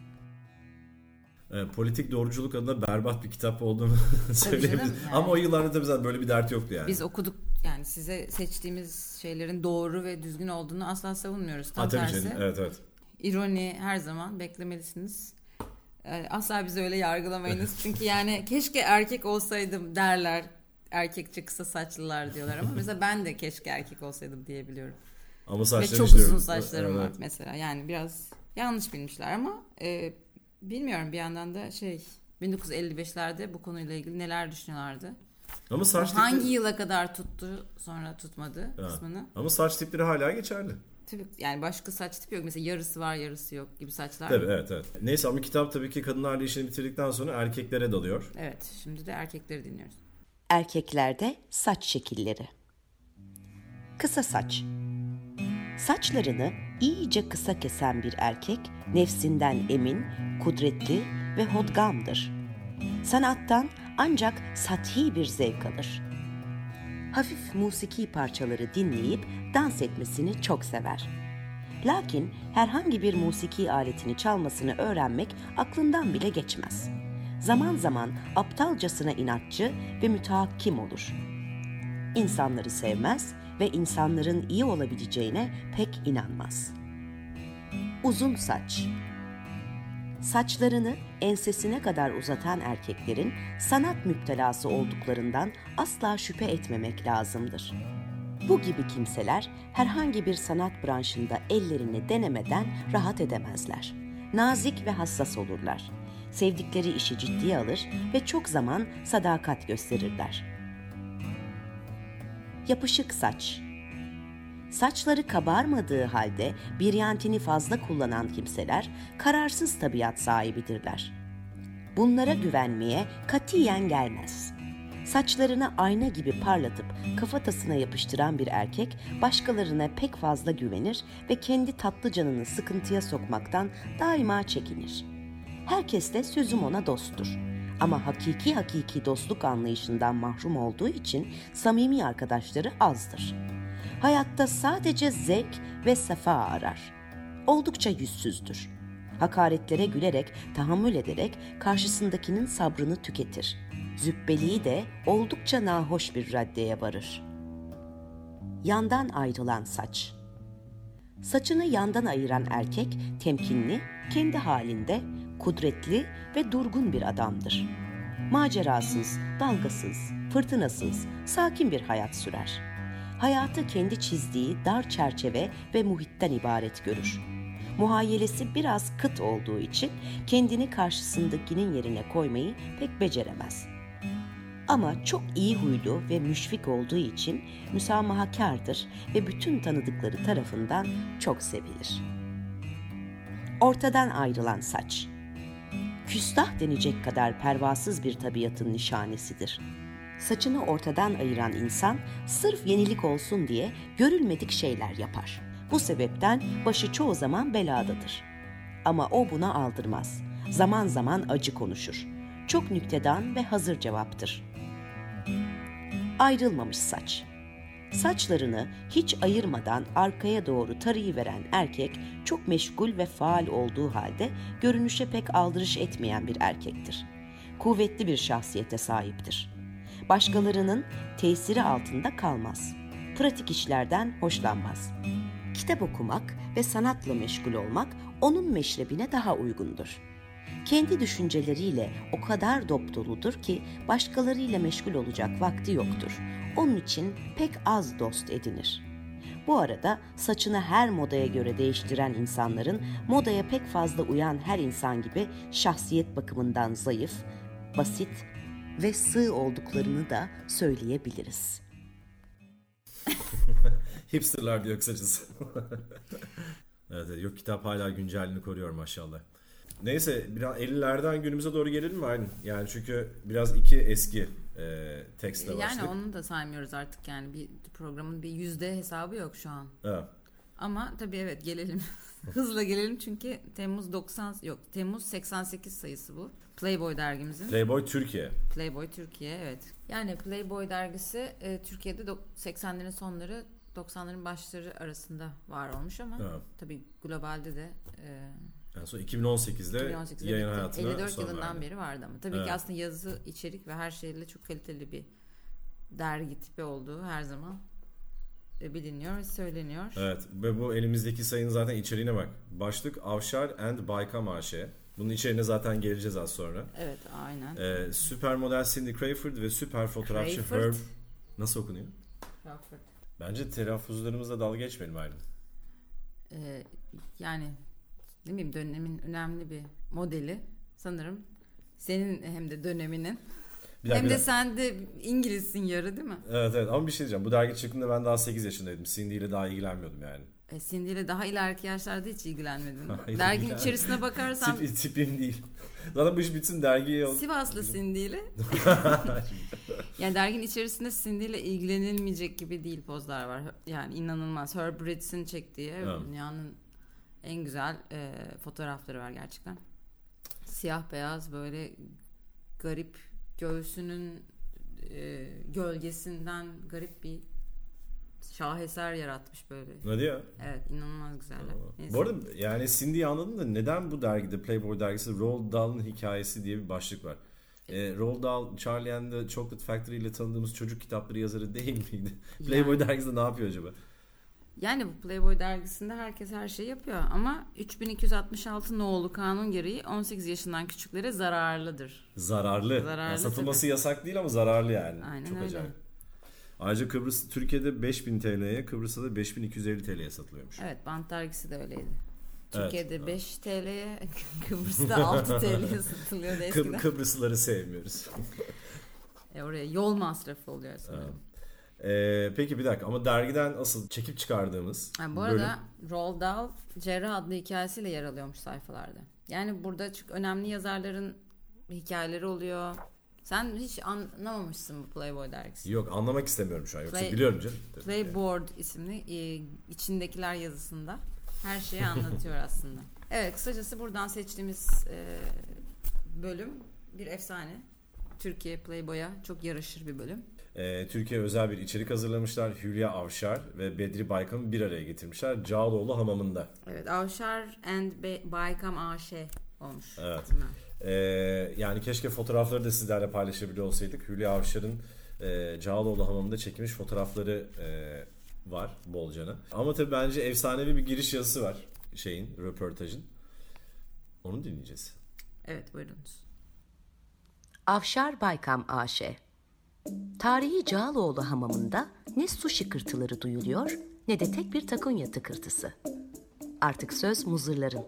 [SPEAKER 1] Politik doğruculuk adına berbat bir kitap olduğunu söyleyebiliriz.
[SPEAKER 2] Yani.
[SPEAKER 1] Ama o yıllarda tabii zaten böyle bir dert yoktu yani.
[SPEAKER 2] Biz okuduk, yani size seçtiğimiz şeylerin doğru ve düzgün olduğunu asla savunmuyoruz. Tam tersi.
[SPEAKER 1] Evet.
[SPEAKER 2] İroni her zaman beklemelisiniz. Asla bizi öyle yargılamayınız. Çünkü yani keşke erkek olsaydım derler. Erkekçe kısa saçlılar diyorlar ama mesela ben de keşke erkek olsaydım diyebiliyorum.
[SPEAKER 1] Ama
[SPEAKER 2] ve çok uzun saçlarım var mesela. Yani biraz yanlış bilmişler ama bilmiyorum, bir yandan da 1955'lerde bu konuyla ilgili neler düşünüyorlardı.
[SPEAKER 1] Ama saç
[SPEAKER 2] hangi yıla kadar tuttu, sonra tutmadı kısmını.
[SPEAKER 1] Ama saç tipleri hala geçerli.
[SPEAKER 2] Tabii yani başka saç tipi yok. Mesela yarısı var, yarısı yok gibi saçlar.
[SPEAKER 1] Tabii evet. Neyse, ama kitap tabii ki kadınlarla işini bitirdikten sonra erkeklere dalıyor.
[SPEAKER 2] Evet, şimdi de erkekleri dinliyoruz.
[SPEAKER 3] Erkeklerde saç şekilleri. Kısa saç. Saçlarını iyice kısa kesen bir erkek nefsinden emin, kudretli ve hodgamdır. Sanattan ancak sathi bir zevk alır. Hafif musiki parçaları dinleyip dans etmesini çok sever. Lakin herhangi bir musiki aletini çalmasını öğrenmek aklından bile geçmez. Zaman zaman aptalcasına inatçı ve mütehakkim olur. İnsanları sevmez ve insanların iyi olabileceğine pek inanmaz. Uzun saç. Saçlarını ensesine kadar uzatan erkeklerin sanat müptelası olduklarından asla şüphe etmemek lazımdır. Bu gibi kimseler herhangi bir sanat branşında ellerini denemeden rahat edemezler. Nazik ve hassas olurlar. Sevdikleri işi ciddiye alır ve çok zaman sadakat gösterirler. Yapışık saç. Saçları kabarmadığı halde biryantini fazla kullanan kimseler kararsız tabiat sahibidirler. Bunlara güvenmeye katiyen gelmez. Saçlarını ayna gibi parlatıp kafatasına yapıştıran bir erkek başkalarına pek fazla güvenir ve kendi tatlı canını sıkıntıya sokmaktan daima çekinir. Herkes de sözüm ona dosttur. Ama hakiki dostluk anlayışından mahrum olduğu için samimi arkadaşları azdır. Hayatta sadece zevk ve sefa arar. Oldukça yüzsüzdür. Hakaretlere gülerek, tahammül ederek karşısındakinin sabrını tüketir. Züppeliği de oldukça nahoş bir raddeye varır. Yandan ayrılan saç. Saçını yandan ayıran erkek temkinli, kendi halinde, kudretli ve durgun bir adamdır. Macerasız, dalgasız, fırtınasız, sakin bir hayat sürer. Hayatı kendi çizdiği dar çerçeve ve muhitten ibaret görür. Muhayyelesi biraz kıt olduğu için kendini karşısındakinin yerine koymayı pek beceremez. Ama çok iyi huylu ve müşfik olduğu için müsamahakardır ve bütün tanıdıkları tarafından çok sevilir. Ortadan ayrılan saç. Küstah denecek kadar pervasız bir tabiatın nişanesidir. Saçını ortadan ayıran insan sırf yenilik olsun diye görülmedik şeyler yapar. Bu sebepten başı çoğu zaman beladadır. Ama o buna aldırmaz. Zaman zaman acı konuşur. Çok nüktedan ve hazır cevaptır. Ayrılmamış saç. Saçlarını hiç ayırmadan arkaya doğru tarayıveren erkek çok meşgul ve faal olduğu halde görünüşe pek aldırış etmeyen bir erkektir. Kuvvetli bir şahsiyete sahiptir. Başkalarının tesiri altında kalmaz. Pratik işlerden hoşlanmaz. Kitap okumak ve sanatla meşgul olmak onun meşrebine daha uygundur. Kendi düşünceleriyle o kadar dopdoludur ki başkalarıyla meşgul olacak vakti yoktur. Onun için pek az dost edinir. Bu arada saçını her modaya göre değiştiren insanların modaya pek fazla uyan her insan gibi şahsiyet bakımından zayıf, basit, ve sığ olduklarını da söyleyebiliriz.
[SPEAKER 1] Hipsterlar diyor kısacası. Evet, yok kitap hala güncelliğini koruyor maşallah. Neyse biraz 50'lerden günümüze doğru gelelim mi? Aynen. Yani çünkü biraz iki eski tekstle başladık.
[SPEAKER 2] Yani onu da saymıyoruz artık yani bir programın bir yüzde hesabı yok şu an.
[SPEAKER 1] Evet.
[SPEAKER 2] Ama tabii evet gelelim. Hızla gelelim çünkü Temmuz 88 sayısı bu. Playboy dergimizin.
[SPEAKER 1] Playboy Türkiye.
[SPEAKER 2] Playboy Türkiye evet. Yani Playboy dergisi Türkiye'de 80'lerin sonları 90'ların başları arasında var olmuş ama tabii globalde de
[SPEAKER 1] yani sonra 2018'de yayın hayatına
[SPEAKER 2] 54 yılından beri vardı ama tabii ki aslında yazı, içerik ve her şeyle çok kaliteli bir dergi tipi olduğu her zaman biliniyor ve söyleniyor.
[SPEAKER 1] Evet ve bu elimizdeki sayının zaten içeriğine bak. Başlık Avşar and Baykam AŞ. Bunun içeriğine zaten geleceğiz az sonra.
[SPEAKER 2] Evet aynen.
[SPEAKER 1] Süper model Cindy Crawford ve süper fotoğrafçı Herb. Nasıl okunuyor?
[SPEAKER 2] Crawford.
[SPEAKER 1] Bence telaffuzlarımızla dalga geçmeyelim ayrı.
[SPEAKER 2] Yani ne bileyim dönemin önemli bir modeli sanırım. Senin hem de döneminin. Hem de sen de İngilizsin yarı değil mi?
[SPEAKER 1] Evet ama bir şey diyeceğim. Bu dergi çıktığında ben daha 8 yaşındaydım. Cindy ile daha ilgilenmiyordum yani.
[SPEAKER 2] Cindy ile daha ileriki yaşlarda hiç ilgilenmedin. Derginin içerisine bakarsan...
[SPEAKER 1] Tipim değil. Zaten bu iş bitsin dergiye...
[SPEAKER 2] Sivaslı Cindy ile. Yani derginin içerisinde Cindy ile ilgilenilmeyecek gibi değil pozlar var. Yani inanılmaz. Herb Ritz'in çektiği dünyanın en güzel fotoğrafları var gerçekten. Siyah beyaz böyle garip göğsünün gölgesinden garip bir şaheser yaratmış böyle.
[SPEAKER 1] Ne diyor?
[SPEAKER 2] Evet inanılmaz güzeller.
[SPEAKER 1] Bu arada yani Cindy'yi anladım da neden bu dergide Playboy dergisi Roald Dahl'ın hikayesi diye bir başlık var. Roald Dahl, Charlie and the Chocolate Factory ile tanıdığımız çocuk kitapları yazarı değil miydi? Playboy dergisinde ne yapıyor acaba?
[SPEAKER 2] Yani bu Playboy dergisinde herkes her şeyi yapıyor ama 3266 nolu kanun gereği 18 yaşından küçüklere zararlıdır.
[SPEAKER 1] Zararlı yani satılması tabii. Yasak değil ama zararlı yani.
[SPEAKER 2] Aynen
[SPEAKER 1] çok
[SPEAKER 2] öyle.
[SPEAKER 1] Acayip. Ayrıca Türkiye'de 5000 TL'ye, Kıbrıs'ta da 5250 TL'ye satılıyormuş.
[SPEAKER 2] Evet, Bant dergisi de öyleydi. Türkiye'de evet. 5 TL'ye, Kıbrıs'ta 6 TL'ye satılıyordu eskiden.
[SPEAKER 1] Kıbrıslıları sevmiyoruz.
[SPEAKER 2] Oraya yol masrafı oluyor sanırım.
[SPEAKER 1] Peki bir dakika ama dergiden asıl çekip çıkardığımız
[SPEAKER 2] bu arada Roald Dahl Cerrah adlı hikayesiyle yer alıyormuş sayfalarda. Yani burada çok önemli yazarların hikayeleri oluyor. Sen hiç anlamamışsın bu Playboy dergisi.
[SPEAKER 1] Yok anlamak istemiyorum şu an. Yoksa biliyorum canım.
[SPEAKER 2] Playboard isimli içindekiler yazısında her şeyi anlatıyor aslında. Evet kısacası buradan seçtiğimiz bölüm bir efsane. Türkiye Playboy'a çok yaraşır bir bölüm.
[SPEAKER 1] Türkiye özel bir içerik hazırlamışlar. Hülya Avşar ve Bedri Baykam'ı bir araya getirmişler. Cağaloğlu Hamamı'nda.
[SPEAKER 2] Evet Avşar and Baykam AŞ olmuş.
[SPEAKER 1] Evet. Yani keşke fotoğrafları da sizlerle paylaşabiliyor olsaydık. Hülya Avşar'ın Cağaloğlu Hamamı'nda çekilmiş fotoğrafları var bolcana. Ama tabii bence efsanevi bir giriş yazısı var röportajın. Onu dinleyeceğiz.
[SPEAKER 2] Evet buyurunuz.
[SPEAKER 3] Avşar Baykam AŞ. Tarihi Cağaloğlu Hamamı'nda ne su şıkırtıları duyuluyor ne de tek bir takunya tıkırtısı. Artık söz muzırların.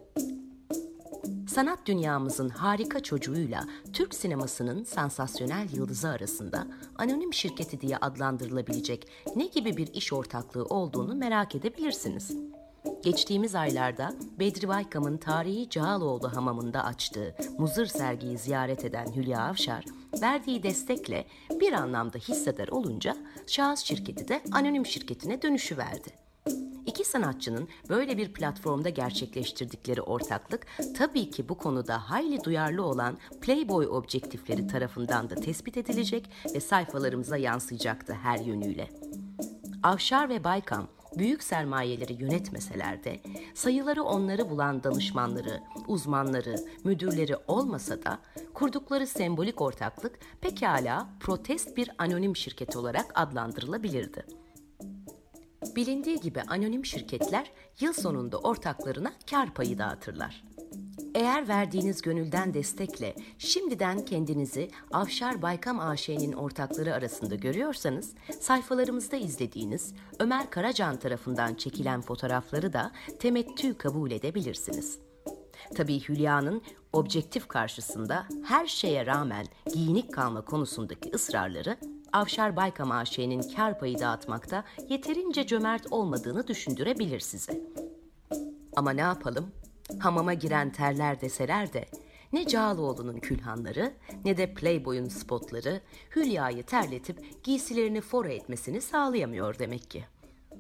[SPEAKER 3] Sanat dünyamızın harika çocuğuyla Türk sinemasının sansasyonel yıldızı arasında anonim şirketi diye adlandırılabilecek ne gibi bir iş ortaklığı olduğunu merak edebilirsiniz. Geçtiğimiz aylarda Bedri Baykam'ın tarihi Cağaloğlu Hamamı'nda açtığı muzır sergiyi ziyaret eden Hülya Avşar, verdiği destekle bir anlamda hissedar olunca şahıs şirketi de anonim şirketine dönüşüverdi. İki sanatçının böyle bir platformda gerçekleştirdikleri ortaklık tabii ki bu konuda hayli duyarlı olan Playboy objektifleri tarafından da tespit edilecek ve sayfalarımıza yansıyacaktı her yönüyle. Avşar ve Baykam büyük sermayeleri yönetmeseler de sayıları onları bulan danışmanları, uzmanları, müdürleri olmasa da kurdukları sembolik ortaklık pekala protest bir anonim şirket olarak adlandırılabilirdi. Bilindiği gibi anonim şirketler yıl sonunda ortaklarına kar payı dağıtırlar. Eğer verdiğiniz gönülden destekle şimdiden kendinizi Avşar Baykam AŞ'nin ortakları arasında görüyorsanız, sayfalarımızda izlediğiniz Ömer Karacan tarafından çekilen fotoğrafları da temettü kabul edebilirsiniz. Tabii Hülya'nın objektif karşısında her şeye rağmen giyinik kalma konusundaki ısrarları Avşar Baykam AŞ'nin kar payı dağıtmakta yeterince cömert olmadığını düşündürebilir size. Ama ne yapalım? Hamama giren terler deseler de ne Cağaloğlu'nun külhanları ne de Playboy'un spotları Hülya'yı terletip giysilerini fora etmesini sağlayamıyor demek ki.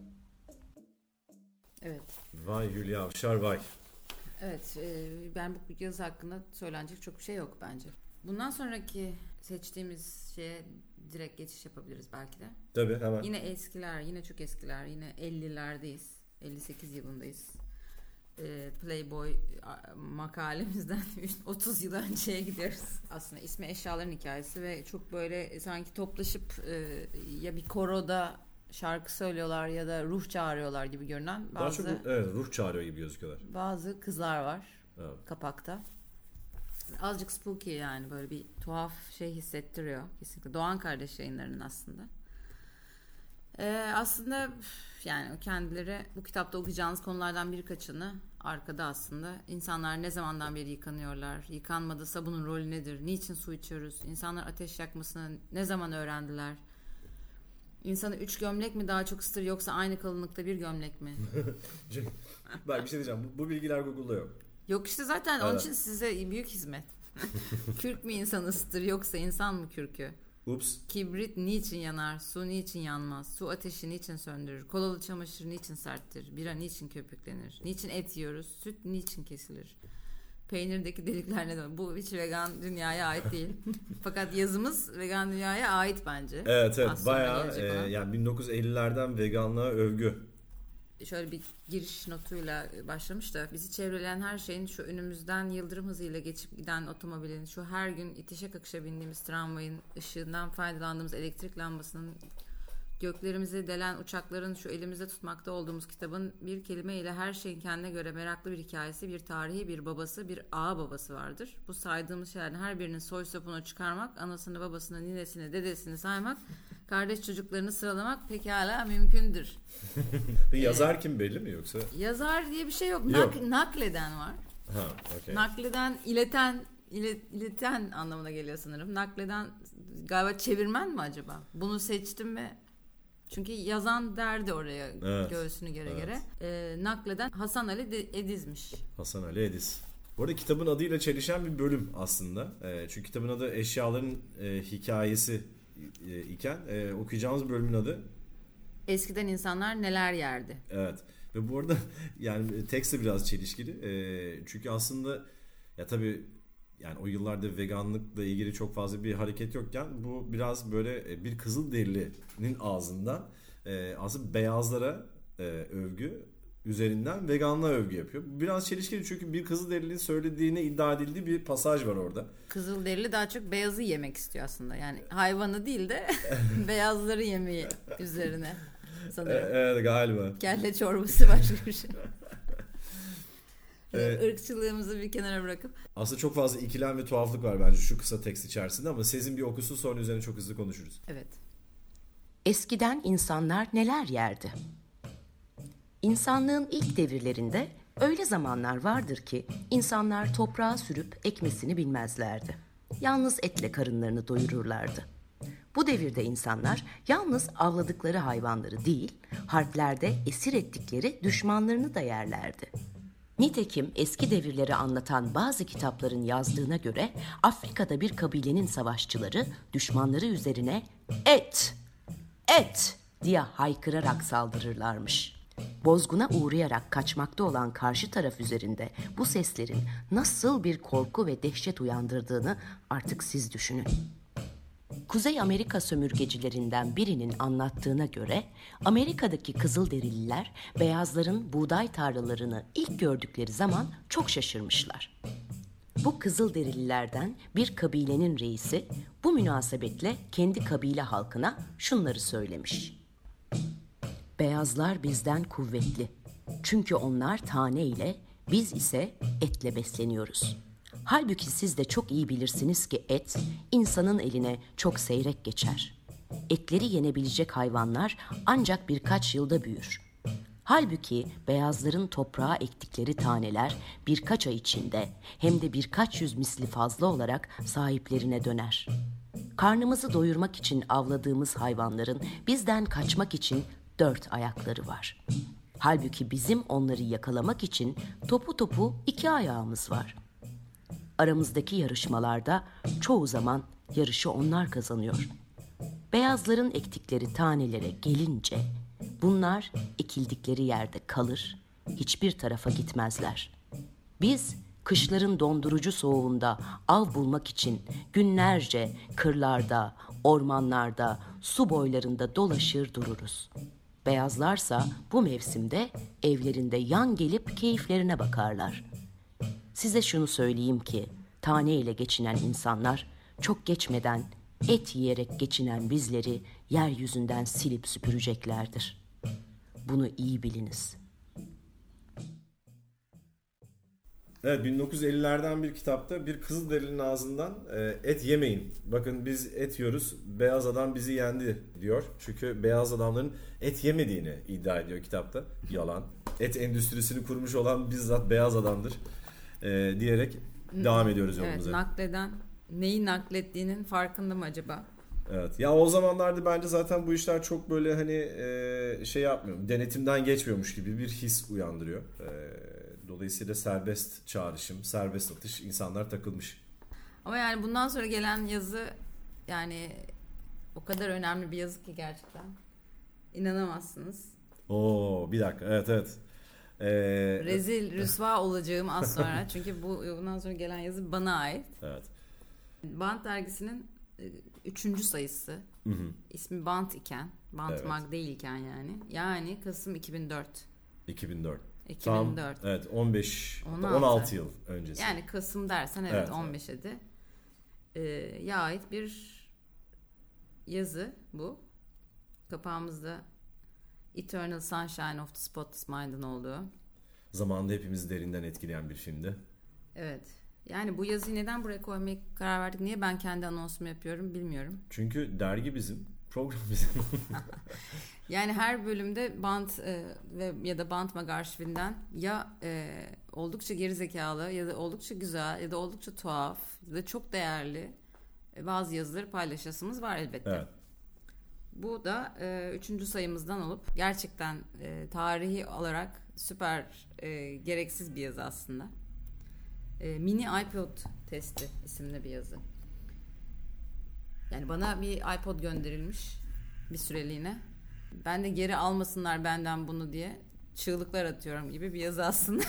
[SPEAKER 2] Evet.
[SPEAKER 1] Vay Hülya Avşar vay.
[SPEAKER 2] Evet, ben bu yazı hakkında söylenecek çok bir şey yok bence. Bundan sonraki seçtiğimiz şeye direkt geçiş yapabiliriz belki de.
[SPEAKER 1] Tabii hemen.
[SPEAKER 2] Yine eskiler, yine çok eskiler, yine 50'lerdeyiz. 58 yılındayız. Playboy makalemizden 30 yıl önceye gidiyoruz. Aslında ismi Eşyaların Hikayesi ve çok böyle sanki toplaşıp ya bir koroda şarkı söylüyorlar ya da ruh çağırıyorlar gibi görünen bazı
[SPEAKER 1] daha çok, evet, ruh çağırıyor gibi gözüküyorlar.
[SPEAKER 2] Bazı kızlar var,
[SPEAKER 1] evet,
[SPEAKER 2] kapakta. Azıcık spooky, yani böyle bir tuhaf şey hissettiriyor. Kesinlikle Doğan Kardeş Yayınları'nın aslında. Aslında yani kendileri bu kitapta okuyacağınız konulardan birkaçını arkada aslında insanlar ne zamandan beri yıkanıyorlar, yıkanmadıysa bunun rolü nedir, niçin su içiyoruz, insanlar ateş yakmasını ne zaman öğrendiler, insanı 3 gömlek mi daha çok ısıtır yoksa aynı kalınlıkta bir gömlek mi?
[SPEAKER 1] Bak bir şey diyeceğim, bu bilgiler Google'da yok.
[SPEAKER 2] Yok işte zaten evet. Onun için size büyük hizmet. Kürk mü insan ısıtır yoksa insan mı kürkü?
[SPEAKER 1] Ups.
[SPEAKER 2] Kibrit niçin yanar, su niçin yanmaz, su ateşi niçin söndürür, kolalı çamaşır niçin serttir, bira niçin köpüklenir, niçin et yiyoruz, süt niçin kesilir, peynirdeki delikler neden? Bu hiç vegan dünyaya ait değil. Fakat yazımız vegan dünyaya ait bence.
[SPEAKER 1] Evet bayağı yani 1950'lerden veganlığa övgü.
[SPEAKER 2] Şöyle bir giriş notuyla başlamış da bizi çevreleyen her şeyin, şu önümüzden yıldırım hızıyla geçip giden otomobilin, şu her gün itişe kakışa bindiğimiz tramvayın, ışığından faydalandığımız elektrik lambasının, göklerimizi delen uçakların, şu elimizde tutmakta olduğumuz kitabın bir kelimeyle her şeyin kendine göre meraklı bir hikayesi, bir tarihi, bir babası, bir ağa babası vardır. Bu saydığımız şeylerin her birinin soy sopunu çıkarmak, anasını, babasını, ninesini, dedesini saymak, kardeş çocuklarını sıralamak pekala mümkündür.
[SPEAKER 1] Yazar kim belli mi yoksa?
[SPEAKER 2] Yazar diye bir şey yok. Nakleden var.
[SPEAKER 1] Ha, okay.
[SPEAKER 2] Nakleden, ileten anlamına geliyor sanırım. Nakleden galiba çevirmen mi acaba? Bunu seçtim ve çünkü yazan derdi oraya, evet, göğsünü göre evet, göre. Nakleden Hasan Ali Ediz'miş.
[SPEAKER 1] Hasan Ali Ediz. Bu arada kitabın adıyla çelişen bir bölüm aslında. Çünkü kitabın adı Eşyaların Hikayesi iken okuyacağımız bölümün adı
[SPEAKER 2] Eskiden insanlar neler yerdi.
[SPEAKER 1] Evet. Ve bu arada yani tekst de biraz çelişkili. Çünkü aslında ya tabii yani o yıllarda veganlıkla ilgili çok fazla bir hareket yokken bu biraz böyle bir Kızılderili'nin ağzından aslında beyazlara övgü üzerinden veganlığa övgü yapıyor. Biraz çelişkili çünkü bir Kızılderili'nin söylediğine iddia edildiği bir pasaj var orada. Kızılderili
[SPEAKER 2] daha çok beyazı yemek istiyor aslında. Yani hayvanı değil de beyazları yemeği üzerine sanırım.
[SPEAKER 1] Evet galiba.
[SPEAKER 2] Kelle çorbası başka bir şey. Irkçılığımızı bir kenara bırakıp.
[SPEAKER 1] Aslında çok fazla ikilem ve tuhaflık var bence şu kısa tekst içerisinde ama Sezin bir okusun sonra üzerine çok hızlı konuşuruz.
[SPEAKER 2] Evet.
[SPEAKER 3] Eskiden insanlar neler yerdi? İnsanlığın ilk devirlerinde öyle zamanlar vardır ki insanlar toprağa sürüp ekmesini bilmezlerdi. Yalnız etle karınlarını doyururlardı. Bu devirde insanlar yalnız avladıkları hayvanları değil, harplerde esir ettikleri düşmanlarını da yerlerdi. Nitekim eski devirleri anlatan bazı kitapların yazdığına göre Afrika'da bir kabilenin savaşçıları düşmanları üzerine "Et! Et!" diye haykırarak saldırırlarmış. Bozguna uğrayarak kaçmakta olan karşı taraf üzerinde bu seslerin nasıl bir korku ve dehşet uyandırdığını artık siz düşünün. Kuzey Amerika sömürgecilerinden birinin anlattığına göre Amerika'daki Kızılderililer beyazların buğday tarlalarını ilk gördükleri zaman çok şaşırmışlar. Bu Kızılderililerden bir kabilenin reisi bu münasebetle kendi kabile halkına şunları söylemiş: "Beyazlar bizden kuvvetli. Çünkü onlar tane ile, biz ise etle besleniyoruz. Halbuki siz de çok iyi bilirsiniz ki et, insanın eline çok seyrek geçer. Etleri yenebilecek hayvanlar ancak birkaç yılda büyür. Halbuki beyazların toprağa ektikleri taneler birkaç ay içinde hem de birkaç yüz misli fazla olarak sahiplerine döner. Karnımızı doyurmak için avladığımız hayvanların bizden kaçmak için 4 ayakları var. Halbuki bizim onları yakalamak için topu topu 2 ayağımız var. Aramızdaki yarışmalarda çoğu zaman yarışı onlar kazanıyor. Beyazların ektikleri tanelere gelince bunlar ekildikleri yerde kalır, hiçbir tarafa gitmezler. Biz kışların dondurucu soğuğunda av bulmak için günlerce kırlarda, ormanlarda, su boylarında dolaşır dururuz. Beyazlarsa bu mevsimde evlerinde yan gelip keyiflerine bakarlar. Size şunu söyleyeyim ki tane ile geçinen insanlar çok geçmeden et yiyerek geçinen bizleri yeryüzünden silip süpüreceklerdir. Bunu iyi biliniz.
[SPEAKER 1] Evet, 1950'lerden bir kitapta bir Kızılderili'nin ağzından et yemeyin. Bakın biz et yiyoruz, beyaz adam bizi yendi diyor. Çünkü beyaz adamların et yemediğini iddia ediyor kitapta. Yalan. Et endüstrisini kurmuş olan bizzat beyaz adamdır diyerek devam ediyoruz yolumuza.
[SPEAKER 2] Evet, nakleden neyi naklettiğinin farkında mı acaba?
[SPEAKER 1] Evet. Ya o zamanlarda bence zaten bu işler çok böyle hani şey yapmıyor. Denetimden geçmiyormuş gibi bir his uyandırıyor. Dolayısıyla serbest çağrışım, serbest atış, insanlar takılmış.
[SPEAKER 2] Ama yani bundan sonra gelen yazı yani o kadar önemli bir yazı ki gerçekten. İnanamazsınız.
[SPEAKER 1] Oo, bir dakika. Evet.
[SPEAKER 2] Rezil, rüsva olacağım az sonra. Çünkü bundan sonra gelen yazı bana ait.
[SPEAKER 1] Evet.
[SPEAKER 2] Bant dergisinin 3. sayısı.
[SPEAKER 1] Hı hı.
[SPEAKER 2] İsmi Bant iken, Bant
[SPEAKER 1] Evet.
[SPEAKER 2] Mag değilken yani. Yani Kasım 2004.
[SPEAKER 1] 2004.
[SPEAKER 2] 2004.
[SPEAKER 1] Tam, evet,
[SPEAKER 2] 16.
[SPEAKER 1] 16 yıl öncesi.
[SPEAKER 2] Yani Kasım dersen evet 15 idi. Ya ait bir yazı bu. Kapağımızda Eternal Sunshine of the Spotless Mind'ın olduğu.
[SPEAKER 1] Zamanında hepimizi derinden etkileyen bir filmdi.
[SPEAKER 2] Evet. Yani bu yazıyı neden buraya koymaya karar verdik? Niye ben kendi anonsumu yapıyorum bilmiyorum.
[SPEAKER 1] Çünkü dergi bizim, program bizim.
[SPEAKER 2] Yani her bölümde Bant ya da Bant Mag arşivinden ya oldukça gerizekalı ya da oldukça güzel ya da oldukça tuhaf ya da çok değerli bazı yazıları paylaşasımız var elbette.
[SPEAKER 1] Evet.
[SPEAKER 2] Bu da 3. sayımızdan olup gerçekten tarihi olarak süper gereksiz bir yazı aslında. Mini iPod testi isimli bir yazı. Yani bana bir iPod gönderilmiş bir süreliğine. Ben de geri almasınlar benden bunu diye çığlıklar atıyorum gibi bir yazı aslında.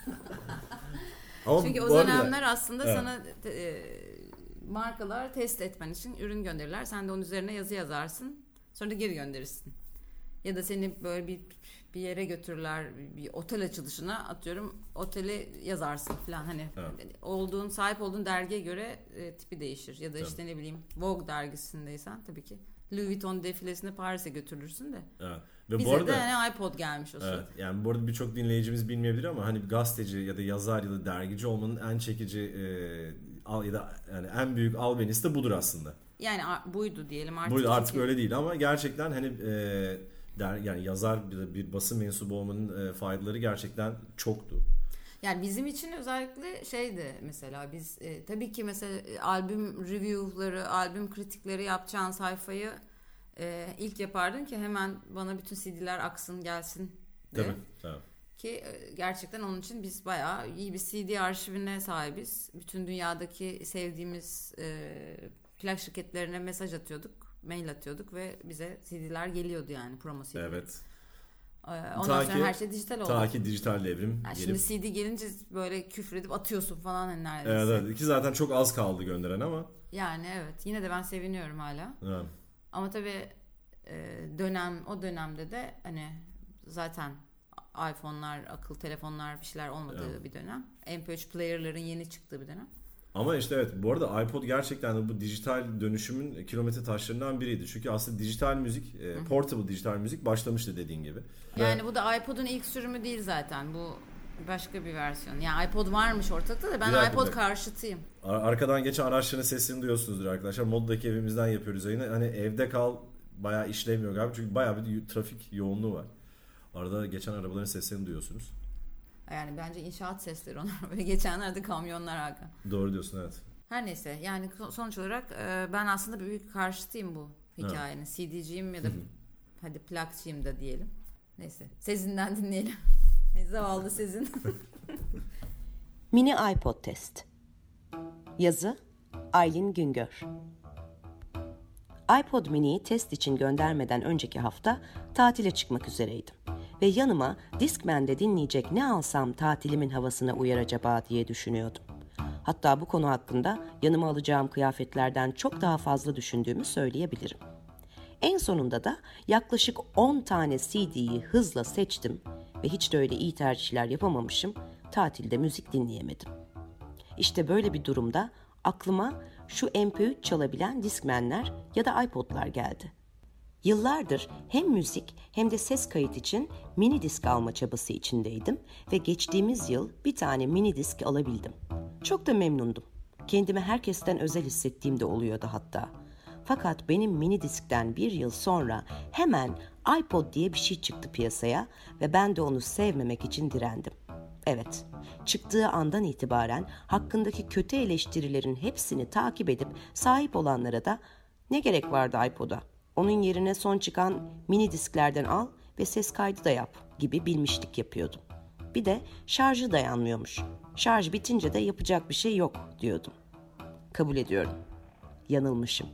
[SPEAKER 1] Ama
[SPEAKER 2] çünkü o dönemler aslında evet. Sana markalar test etmen için ürün gönderirler. Sen de onun üzerine yazı yazarsın. Sonra da geri gönderirsin. Ya da seni böyle bir yere götürürler, bir otel açılışına atıyorum, oteli yazarsın falan hani evet. Sahip olduğun dergiye göre tipi değişir. Ya da tabii. İşte ne bileyim Vogue dergisindeysen tabii ki Louis Vuitton defilesine Paris'e götürürsün de. Evet. Ve bize bu arada, de hani iPod gelmiş o sırada. Evet.
[SPEAKER 1] Yani bu arada birçok dinleyicimiz bilmeyebilir ama hani gazeteci ya da yazar ya da dergici olmanın en çekici ya da yani en büyük albenisi de budur aslında.
[SPEAKER 2] Yani buydu diyelim artık.
[SPEAKER 1] Buydu, artık öyle değil ama gerçekten hani yani yazar bir basın mensubu olmanın faydaları gerçekten çoktu.
[SPEAKER 2] Yani bizim için özellikle şeydi mesela biz tabii ki mesela albüm review'ları, albüm kritikleri yapacağın sayfayı ilk yapardın ki hemen bana bütün CD'ler aksın gelsin de.
[SPEAKER 1] Tabii.
[SPEAKER 2] Ki gerçekten onun için biz bayağı iyi bir CD arşivine sahibiz. Bütün dünyadaki sevdiğimiz plak şirketlerine mesaj atıyorduk, mail atıyorduk ve bize CD'ler geliyordu yani promo CD'ler. Evet. Ondan sonra her şey dijital oldu.
[SPEAKER 1] Ta ki dijital devrim.
[SPEAKER 2] Yani şimdi CD gelince böyle küfredip atıyorsun falan hani neredeyse.
[SPEAKER 1] Evet. Ki zaten çok az kaldı gönderen ama.
[SPEAKER 2] Yani evet. Yine de ben seviniyorum hala.
[SPEAKER 1] Evet.
[SPEAKER 2] Ama tabii o dönemde de hani zaten iPhone'lar, akıllı telefonlar bir şeyler olmadığı bir dönem. MP3 player'ların yeni çıktığı bir dönem.
[SPEAKER 1] Ama işte evet, bu arada iPod gerçekten de bu dijital dönüşümün kilometre taşlarından biriydi. Çünkü aslında dijital müzik, portable dijital müzik başlamıştı dediğin gibi.
[SPEAKER 2] Yani bu da iPod'un ilk sürümü değil zaten. Bu başka bir versiyon. Yani iPod varmış ortalıkta da ben iPod karşıtıyım.
[SPEAKER 1] Arkadan geçen araçların sesini duyuyorsunuzdur arkadaşlar. Moddaki evimizden yapıyoruz yayını. Hani evde kal bayağı işlemiyor galiba. Çünkü bayağı bir trafik yoğunluğu var. Arada geçen arabaların seslerini duyuyorsunuz.
[SPEAKER 2] Yani bence inşaat sesleri onlar. Böyle geçenlerde kamyonlar Hakan.
[SPEAKER 1] Doğru diyorsun, evet.
[SPEAKER 2] Her neyse yani sonuç olarak ben aslında büyük karşıtıyım bu hikayenin. Evet. CD'ciyim ya da hadi plakçıyım da diyelim. Neyse Sezin'den dinleyelim. Zavallı Sezin.
[SPEAKER 3] Mini iPod test. Yazı Aylin Güngör. iPod mini'yi test için göndermeden önceki hafta tatile çıkmak üzereydim. Ve yanıma Discman'de dinleyecek ne alsam tatilimin havasına uyar acaba diye düşünüyordum. Hatta bu konu hakkında yanıma alacağım kıyafetlerden çok daha fazla düşündüğümü söyleyebilirim. En sonunda da yaklaşık 10 tane CD'yi hızla seçtim ve hiç de öyle iyi tercihler yapamamışım, tatilde müzik dinleyemedim. İşte böyle bir durumda aklıma şu MP3 çalabilen Discman'ler ya da iPod'lar geldi. Yıllardır hem müzik hem de ses kayıt için mini disk alma çabası içindeydim ve geçtiğimiz yıl bir tane mini disk alabildim. Çok da memnundum. Kendimi herkesten özel hissettiğim de oluyordu hatta. Fakat benim mini diskten bir yıl sonra hemen iPod diye bir şey çıktı piyasaya ve ben de onu sevmemek için direndim. Evet, çıktığı andan itibaren hakkındaki kötü eleştirilerin hepsini takip edip sahip olanlara da ne gerek vardı iPod'a? Onun yerine son çıkan mini disklerden al ve ses kaydı da yap gibi bilmişlik yapıyordum. Bir de şarjı dayanmıyormuş. Şarj bitince de yapacak bir şey yok diyordum. Kabul ediyorum. Yanılmışım.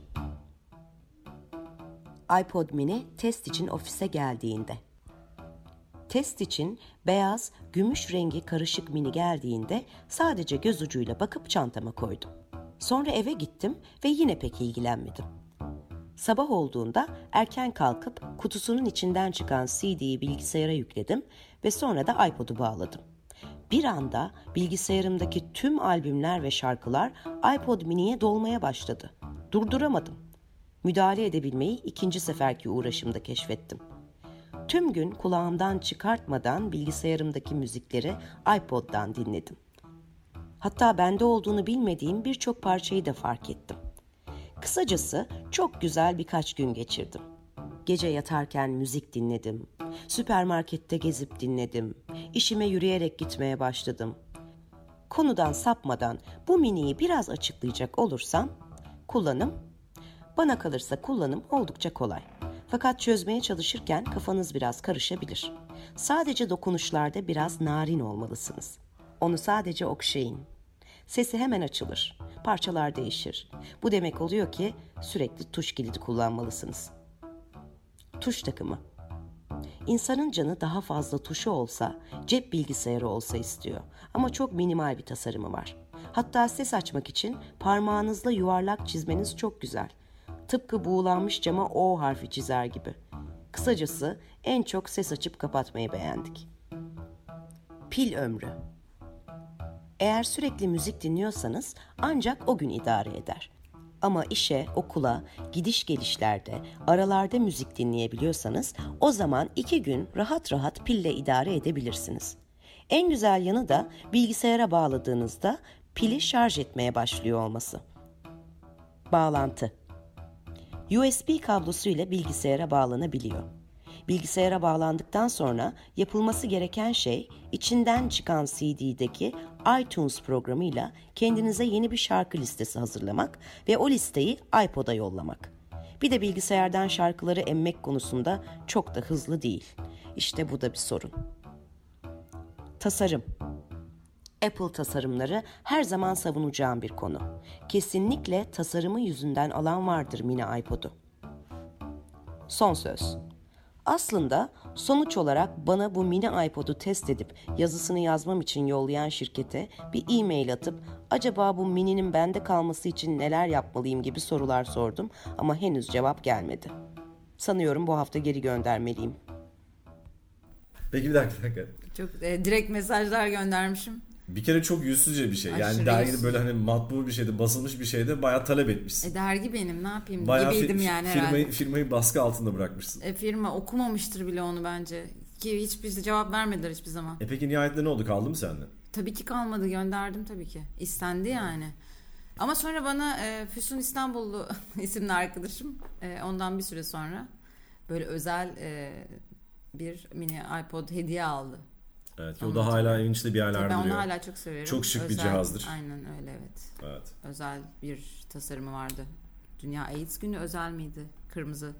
[SPEAKER 3] iPod mini test için ofise geldiğinde. Test için beyaz, gümüş rengi karışık mini geldiğinde sadece göz ucuyla bakıp çantama koydum. Sonra eve gittim ve yine pek ilgilenmedim. Sabah olduğunda erken kalkıp kutusunun içinden çıkan CD'yi bilgisayara yükledim ve sonra da iPod'u bağladım. Bir anda bilgisayarımdaki tüm albümler ve şarkılar iPod mini'ye dolmaya başladı. Durduramadım. Müdahale edebilmeyi ikinci seferki uğraşımda keşfettim. Tüm gün kulağımdan çıkartmadan bilgisayarımdaki müzikleri iPod'dan dinledim. Hatta bende olduğunu bilmediğim birçok parçayı da fark ettim. Kısacası çok güzel birkaç gün geçirdim. Gece yatarken müzik dinledim. Süpermarkette gezip dinledim. İşime yürüyerek gitmeye başladım. Konudan sapmadan bu miniyi biraz açıklayacak olursam, bana kalırsa kullanım oldukça kolay. Fakat çözmeye çalışırken kafanız biraz karışabilir. Sadece dokunuşlarda biraz narin olmalısınız. Onu sadece okşayın. Sesi hemen açılır. Parçalar değişir. Bu demek oluyor ki sürekli tuş kilidi kullanmalısınız. Tuş takımı. İnsanın canı daha fazla tuşu olsa, cep bilgisayarı olsa istiyor. Ama çok minimal bir tasarımı var. Hatta ses açmak için parmağınızla yuvarlak çizmeniz çok güzel. Tıpkı buğulanmış cama O harfi çizer gibi. Kısacası en çok ses açıp kapatmayı beğendik. Pil ömrü. Eğer sürekli müzik dinliyorsanız ancak o gün idare eder. Ama işe, okula, gidiş gelişlerde, aralarda müzik dinleyebiliyorsanız o zaman 2 gün rahat rahat pille idare edebilirsiniz. En güzel yanı da bilgisayara bağladığınızda pili şarj etmeye başlıyor olması. Bağlantı. USB kablosu ile bilgisayara bağlanabiliyor. Bilgisayara bağlandıktan sonra yapılması gereken şey içinden çıkan CD'deki iTunes programıyla kendinize yeni bir şarkı listesi hazırlamak ve o listeyi iPod'a yollamak. Bir de bilgisayardan şarkıları emmek konusunda çok da hızlı değil. İşte bu da bir sorun. Tasarım. Apple tasarımları her zaman savunacağım bir konu. Kesinlikle tasarımı yüzünden alan vardır mini iPod'u. Son söz. Aslında sonuç olarak bana bu mini iPod'u test edip yazısını yazmam için yollayan şirkete bir e-mail atıp acaba bu mininin bende kalması için neler yapmalıyım gibi sorular sordum ama henüz cevap gelmedi. Sanıyorum bu hafta geri göndermeliyim.
[SPEAKER 1] Peki bir dakika.
[SPEAKER 2] Çok direkt mesajlar göndermişim.
[SPEAKER 1] Bir kere çok yüzsüzce bir şey.
[SPEAKER 2] Aşırı
[SPEAKER 1] yani dergide
[SPEAKER 2] yüzsüz.
[SPEAKER 1] böyle hani matbu bir şeyde, basılmış bir şeyde bayağı talep etmişsin.
[SPEAKER 2] Dergi benim, ne yapayım
[SPEAKER 1] bayağı
[SPEAKER 2] gibiydim yani herhalde.
[SPEAKER 1] Firmayı baskı altında bırakmışsın.
[SPEAKER 2] Firma okumamıştır bile onu bence. Ki hiçbir cevap vermediler hiçbir zaman.
[SPEAKER 1] Peki nihayetinde ne oldu? Kaldı mı sende?
[SPEAKER 2] Tabii ki kalmadı, gönderdim tabii ki. İstendi yani. Ama sonra bana Füsun İstanbullu isimli arkadaşım ondan bir süre sonra böyle özel bir mini iPod hediye aldı.
[SPEAKER 1] Evet, o da hala evin içinde bir yerlerde duruyor.
[SPEAKER 2] Ben onu hala çok seviyorum.
[SPEAKER 1] Çok şık bir cihazdır.
[SPEAKER 2] Aynen öyle, evet.
[SPEAKER 1] Evet.
[SPEAKER 2] Özel bir tasarımı vardı. Dünya AIDS günü özel miydi? Kırmızı.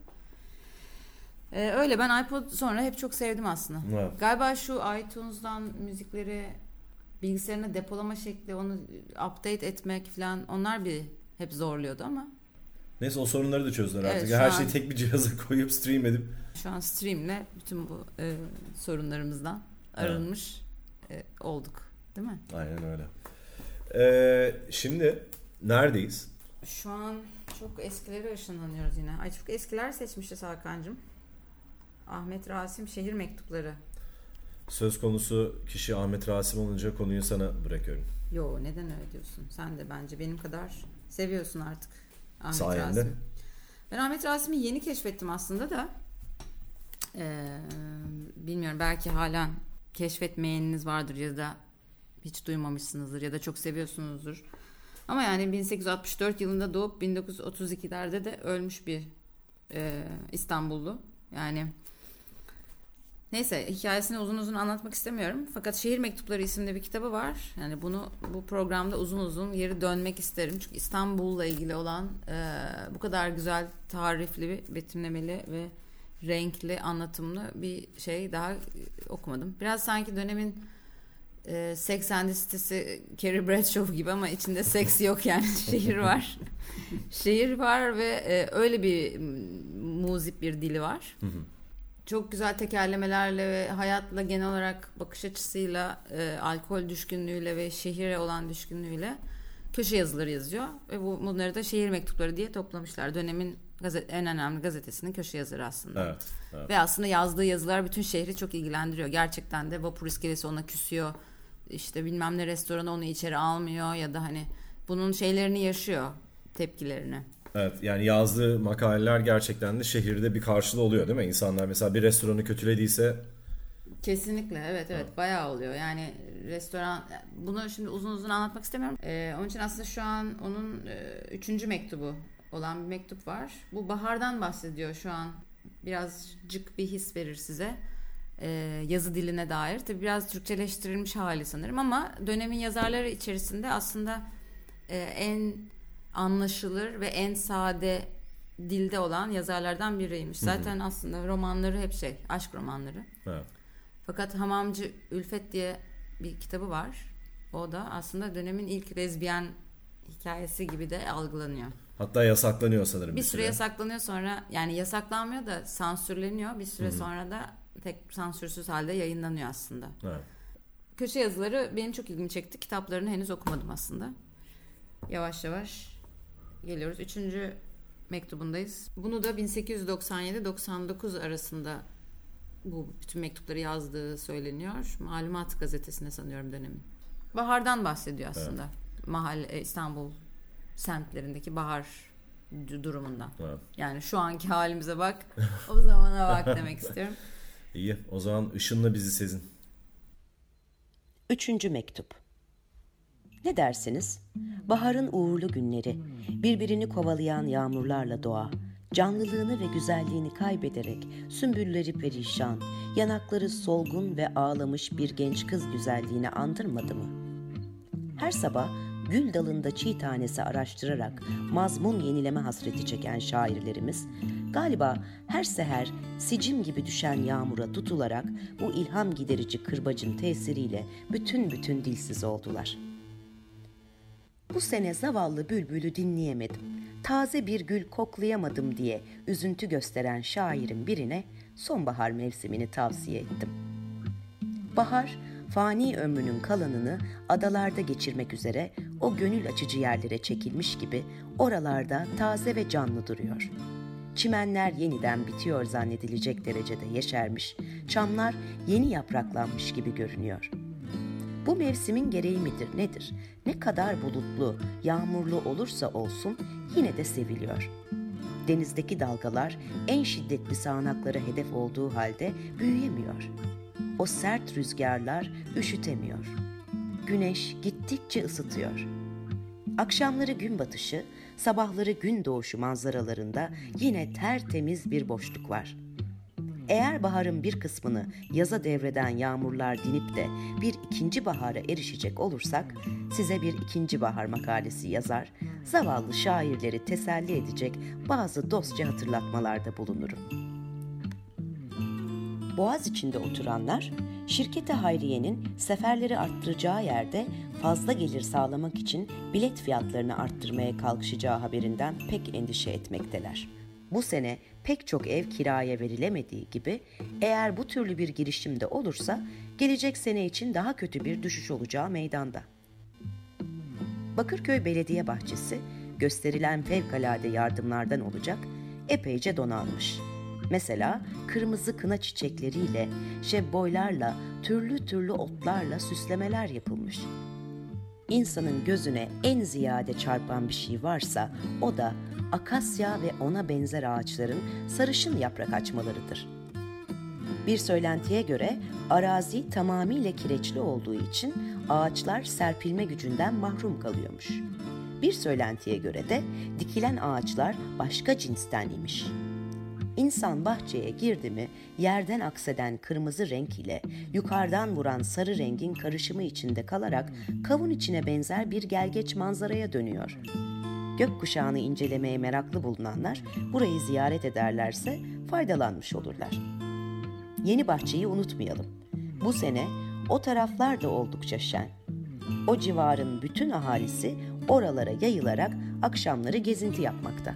[SPEAKER 2] Öyle, ben iPod sonra hep çok sevdim aslında.
[SPEAKER 1] Evet.
[SPEAKER 2] Galiba şu iTunes'dan müzikleri bilgisayarına depolama şekli, onu update etmek falan, onlar hep zorluyordu ama.
[SPEAKER 1] Neyse, o sorunları da çözdüler artık.
[SPEAKER 2] Evet,
[SPEAKER 1] her şeyi tek bir cihaza koyup stream edip.
[SPEAKER 2] Şu an streamle bütün bu sorunlarımızdan arınmış olduk. Değil mi?
[SPEAKER 1] Aynen öyle. Şimdi neredeyiz?
[SPEAKER 2] Şu an çok eskilere ışınlanıyoruz yine. Ay, çok eskiler seçmişiz Hakan'cığım. Ahmet Rasim Şehir Mektupları.
[SPEAKER 1] Söz konusu kişi Ahmet Rasim olunca konuyu sana bırakıyorum.
[SPEAKER 2] Yo, neden öyle diyorsun? Sen de bence benim kadar seviyorsun artık Ahmet
[SPEAKER 1] Sayende.
[SPEAKER 2] Rasim. Ben Ahmet Rasim'i yeni keşfettim aslında da. Bilmiyorum, belki halen keşfetmeyeniniz vardır ya da hiç duymamışsınızdır ya da çok seviyorsunuzdur. Ama yani 1864 yılında doğup 1932'lerde de ölmüş bir İstanbullu. Yani neyse, hikayesini uzun uzun anlatmak istemiyorum. Fakat Şehir Mektupları isimli bir kitabı var. Yani bu programda uzun uzun geri dönmek isterim. Çünkü İstanbul'la ilgili olan bu kadar güzel tarifli, betimlemeli ve renkli, anlatımlı bir şey daha okumadım. Biraz sanki dönemin Sex and the City'si Carrie Bradshaw gibi ama içinde seks yok yani. Şehir var. Şehir var ve öyle bir muzip bir dili var. Çok güzel tekerlemelerle ve hayatla genel olarak bakış açısıyla, alkol düşkünlüğüyle ve şehire olan düşkünlüğüyle köşe yazıları yazıyor. Ve bunları da Şehir Mektupları diye toplamışlar. Dönemin en önemli gazetesinin köşe yazarı aslında.
[SPEAKER 1] Evet, evet.
[SPEAKER 2] Ve aslında yazdığı yazılar bütün şehri çok ilgilendiriyor. Gerçekten de vapur iskelesi ona küsüyor. İşte bilmem ne restoranı onu içeri almıyor ya da hani bunun şeylerini yaşıyor, tepkilerini.
[SPEAKER 1] Evet, yani yazdığı makaleler gerçekten de şehirde bir karşılığı oluyor değil mi? İnsanlar mesela bir restoranı kötülediyse.
[SPEAKER 2] Kesinlikle, evet bayağı oluyor. Yani restoran, bunu şimdi uzun uzun anlatmak istemiyorum. Onun için aslında şu an onun 3. mektubu olan bir mektup var. Bu bahardan bahsediyor şu an. Birazcık bir his verir size. Yazı diline dair. Tabii biraz Türkçeleştirilmiş hali sanırım ama dönemin yazarları içerisinde aslında en anlaşılır ve en sade dilde olan yazarlardan biriymiş. Zaten aslında romanları hep aşk romanları.
[SPEAKER 1] Evet.
[SPEAKER 2] Fakat Hamamcı Ülfet diye bir kitabı var. O da aslında dönemin ilk lezbiyen hikayesi gibi de algılanıyor.
[SPEAKER 1] Hatta yasaklanıyor sanırım.
[SPEAKER 2] Bir süre yasaklanıyor, sonra yani yasaklanmıyor da sansürleniyor. Bir süre sonra da tek sansürsüz halde yayınlanıyor aslında.
[SPEAKER 1] Evet.
[SPEAKER 2] Köşe yazıları benim çok ilgimi çekti. Kitaplarını henüz okumadım aslında. Yavaş yavaş geliyoruz. 3. mektubundayız. Bunu da 1897-99 arasında bu bütün mektupları yazdığı söyleniyor. Malumat gazetesine sanıyorum dönemin. Bahardan bahsediyor aslında. Evet. Mahalle, İstanbul semtlerindeki bahar durumundan. Evet. Yani şu anki halimize bak, o zamana bak demek istiyorum.
[SPEAKER 1] İyi, o zaman ışınla bizi Sezin.
[SPEAKER 3] 3. mektup. Ne dersiniz? Baharın uğurlu günleri, birbirini kovalayan yağmurlarla doğa, canlılığını ve güzelliğini kaybederek sümbülleri perişan, yanakları solgun ve ağlamış bir genç kız güzelliğini andırmadı mı? Her sabah gül dalında çiğ tanesi araştırarak mazmun yenileme hasreti çeken şairlerimiz, galiba her seher sicim gibi düşen yağmura tutularak bu ilham giderici kırbacın tesiriyle bütün dilsiz oldular. Bu sene zavallı bülbülü dinleyemedim, taze bir gül koklayamadım diye üzüntü gösteren şairin birine sonbahar mevsimini tavsiye ettim. Bahar, fani ömrünün kalanını adalarda geçirmek üzere o gönül açıcı yerlere çekilmiş gibi oralarda taze ve canlı duruyor. Çimenler yeniden bitiyor zannedilecek derecede yeşermiş, çamlar yeni yapraklanmış gibi görünüyor. Bu mevsimin gereği midir nedir? Ne kadar bulutlu, yağmurlu olursa olsun yine de seviliyor. Denizdeki dalgalar en şiddetli sağanaklara hedef olduğu halde büyüyemiyor. O sert rüzgarlar üşütemiyor. Güneş gittikçe ısıtıyor. Akşamları gün batışı, sabahları gün doğuşu manzaralarında yine tertemiz bir boşluk var. Eğer baharın bir kısmını yaza devreden yağmurlar dinip de bir ikinci bahara erişecek olursak, size bir ikinci bahar makalesi yazar, zavallı şairleri teselli edecek bazı dostça hatırlatmalarda bulunurum. Boğaziçi'nde oturanlar, şirketi Hayriye'nin seferleri arttıracağı yerde fazla gelir sağlamak için bilet fiyatlarını arttırmaya kalkışacağı haberinden pek endişe etmekteler. Bu sene pek çok ev kiraya verilemediği gibi, eğer bu türlü bir girişimde olursa gelecek sene için daha kötü bir düşüş olacağı meydanda. Bakırköy Belediye Bahçesi gösterilen fevkalade yardımlardan olacak epeyce donanmış. Mesela kırmızı kına çiçekleriyle, şebboylarla, türlü türlü otlarla süslemeler yapılmış. İnsanın gözüne en ziyade çarpan bir şey varsa o da akasya ve ona benzer ağaçların sarışın yaprak açmalarıdır. Bir söylentiye göre arazi tamamıyla kireçli olduğu için ağaçlar serpilme gücünden mahrum kalıyormuş. Bir söylentiye göre de dikilen ağaçlar başka cinsten imiş. İnsan bahçeye girdi mi yerden akseden kırmızı renk ile yukarıdan vuran sarı rengin karışımı içinde kalarak kavun içine benzer bir gelgeç manzaraya dönüyor. Gökkuşağını incelemeye meraklı bulunanlar burayı ziyaret ederlerse faydalanmış olurlar. Yeni Bahçe'yi unutmayalım. Bu sene o taraflar da oldukça şen. O civarın bütün ahalisi oralara yayılarak akşamları gezinti yapmakta.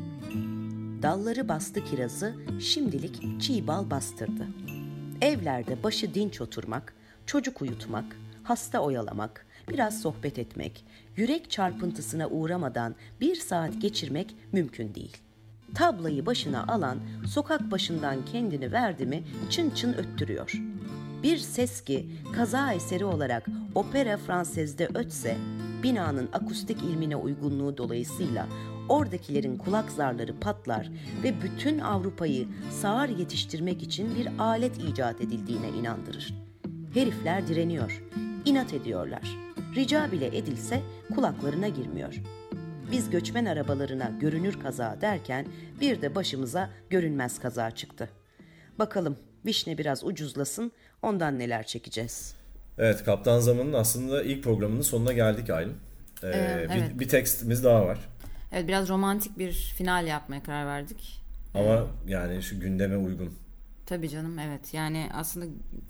[SPEAKER 3] Dalları bastı kirazı, şimdilik çiğ bal bastırdı. Evlerde başı dinç oturmak, çocuk uyutmak, hasta oyalamak, biraz sohbet etmek, yürek çarpıntısına uğramadan 1 saat geçirmek mümkün değil. Tablayı başına alan sokak başından kendini verdi mi çın çın öttürüyor. Bir ses ki kaza eseri olarak Opera Fransez'de ötse, binanın akustik ilmine uygunluğu dolayısıyla oradakilerin kulak zarları patlar ve bütün Avrupa'yı sağır yetiştirmek için bir alet icat edildiğine inandırır. Herifler direniyor, inat ediyorlar. Rica bile edilse kulaklarına girmiyor. Biz göçmen arabalarına görünür kaza derken bir de başımıza görünmez kaza çıktı. Bakalım vişne biraz ucuzlasın, ondan neler çekeceğiz.
[SPEAKER 1] Evet, Kaptan Zaman'ın aslında ilk programının sonuna geldik Aylin.
[SPEAKER 2] Evet.
[SPEAKER 1] Bir tekstimiz daha var.
[SPEAKER 2] Evet, biraz romantik bir final yapmaya karar verdik.
[SPEAKER 1] Ama yani şu gündeme uygun.
[SPEAKER 2] Tabii canım, evet. Yani aslında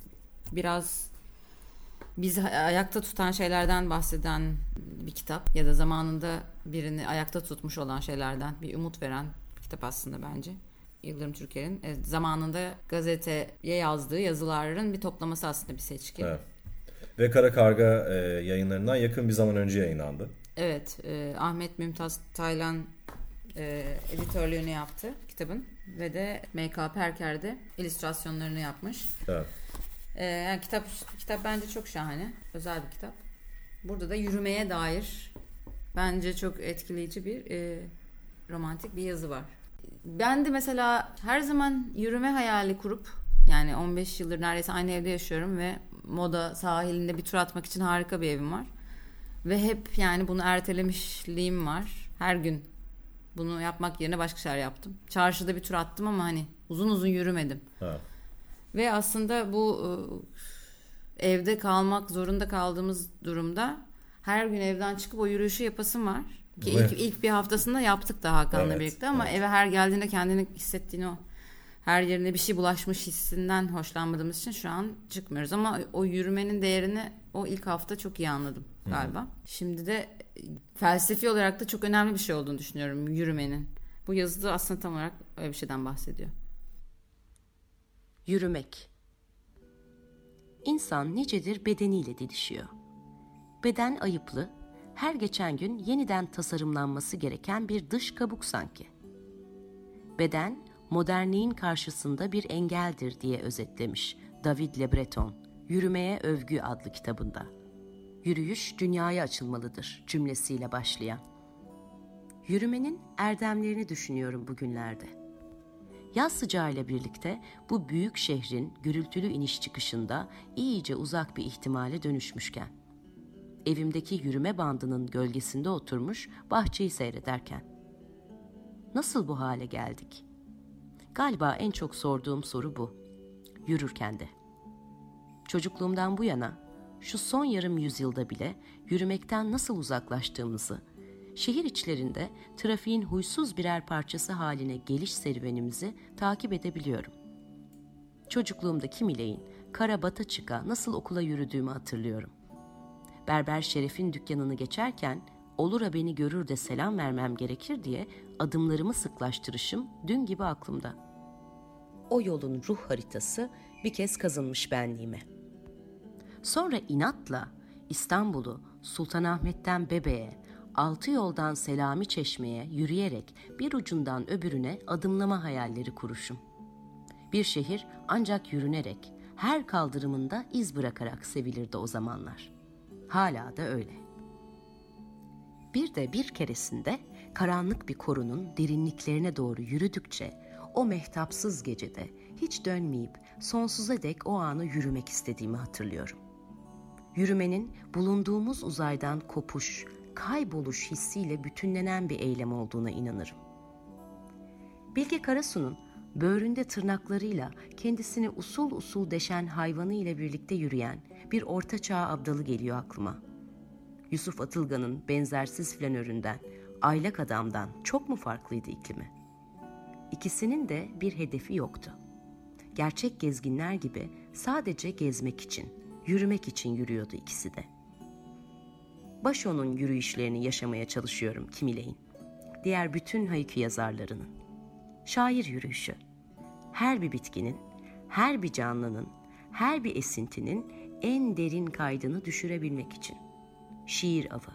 [SPEAKER 2] biraz bizi ayakta tutan şeylerden bahseden bir kitap ya da zamanında birini ayakta tutmuş olan şeylerden bir umut veren bir kitap aslında bence. Yıldırım Türker'in zamanında gazeteye yazdığı yazıların bir toplaması, aslında bir seçki.
[SPEAKER 1] Evet. Ve Kara Karga yayınlarından yakın bir zaman önce yayınlandı.
[SPEAKER 2] Evet, Ahmet Mümtaz Taylan editörlüğünü yaptı kitabın ve de M.K. Perker'de illüstrasyonlarını yapmış.
[SPEAKER 1] Evet.
[SPEAKER 2] Yani kitap bence çok şahane, özel bir kitap. Burada da yürümeye dair bence çok etkileyici bir romantik bir yazı var. Ben de mesela her zaman yürüme hayali kurup, yani 15 yıldır neredeyse aynı evde yaşıyorum ve Moda sahilinde bir tur atmak için harika bir evim var. Ve hep yani bunu ertelemişliğim var. Her gün bunu yapmak yerine başka şeyler yaptım. Çarşıda bir tur attım ama hani uzun uzun yürümedim. Ha. Ve aslında bu evde kalmak zorunda kaldığımız durumda her gün evden çıkıp o yürüyüşü yapasım var. Ki ilk bir haftasında yaptık da Hakan'la birlikte ama eve her geldiğinde kendini hissettiğini, o her yerine bir şey bulaşmış hissinden hoşlanmadığımız için şu an çıkmıyoruz. Ama o yürümenin değerini o ilk hafta çok iyi anladım galiba. Hı-hı. Şimdi de felsefi olarak da çok önemli bir şey olduğunu düşünüyorum yürümenin. Bu yazıda aslında tam olarak öyle bir şeyden bahsediyor.
[SPEAKER 3] Yürümek. İnsan nicedir bedeniyle didişiyor. Beden ayıplı, her geçen gün yeniden tasarımlanması gereken bir dış kabuk sanki. Beden, modernliğin karşısında bir engeldir diye özetlemiş David Le Breton, Yürümeye Övgü adlı kitabında. Yürüyüş dünyaya açılmalıdır cümlesiyle başlayan. Yürümenin erdemlerini düşünüyorum bugünlerde. Yaz sıcağıyla birlikte bu büyük şehrin gürültülü iniş çıkışında iyice uzak bir ihtimale dönüşmüşken, evimdeki yürüme bandının gölgesinde oturmuş bahçeyi seyrederken, nasıl bu hale geldik? Galiba en çok sorduğum soru bu. Yürürken de. Çocukluğumdan bu yana şu son yarım yüzyılda bile yürümekten nasıl uzaklaştığımızı, şehir içlerinde trafiğin huysuz birer parçası haline geliş serüvenimizi takip edebiliyorum. Çocukluğumda kimileyin kara bata çıka nasıl okula yürüdüğümü hatırlıyorum. Berber Şeref'in dükkanını geçerken olura beni görür de selam vermem gerekir diye adımlarımı sıklaştırışım dün gibi aklımda. O yolun ruh haritası bir kez kazınmış benliğime. Sonra inatla İstanbul'u Sultanahmet'ten Bebe'ye, Altı Yoldan Selami Çeşme'ye yürüyerek bir ucundan öbürüne adımlama hayalleri kuruşum. Bir şehir ancak yürünerek, her kaldırımında iz bırakarak sevilirdi o zamanlar. Hala da öyle. Bir keresinde karanlık bir korunun derinliklerine doğru yürüdükçe o mehtapsız gecede hiç dönmeyip sonsuza dek o anı yürümek istediğimi hatırlıyorum. Yürümenin bulunduğumuz uzaydan kopuş, kayboluş hissiyle bütünlenen bir eylem olduğuna inanırım. Bilge Karasu'nun böğründe tırnaklarıyla kendisini usul usul deşen hayvanı ile birlikte yürüyen bir ortaçağ abdalı geliyor aklıma. Yusuf Atılgan'ın benzersiz flanöründen, Aylak Adam'dan çok mu farklıydı iklimi? İkisinin de bir hedefi yoktu. Gerçek gezginler gibi sadece gezmek için, yürümek için yürüyordu ikisi de. Başo'nun yürüyüşlerini yaşamaya çalışıyorum kimileyin. Diğer bütün haykü yazarlarının. Şair yürüyüşü. Her bir bitkinin, her bir canlının, her bir esintinin en derin kaydını düşürebilmek için. Şiir avı.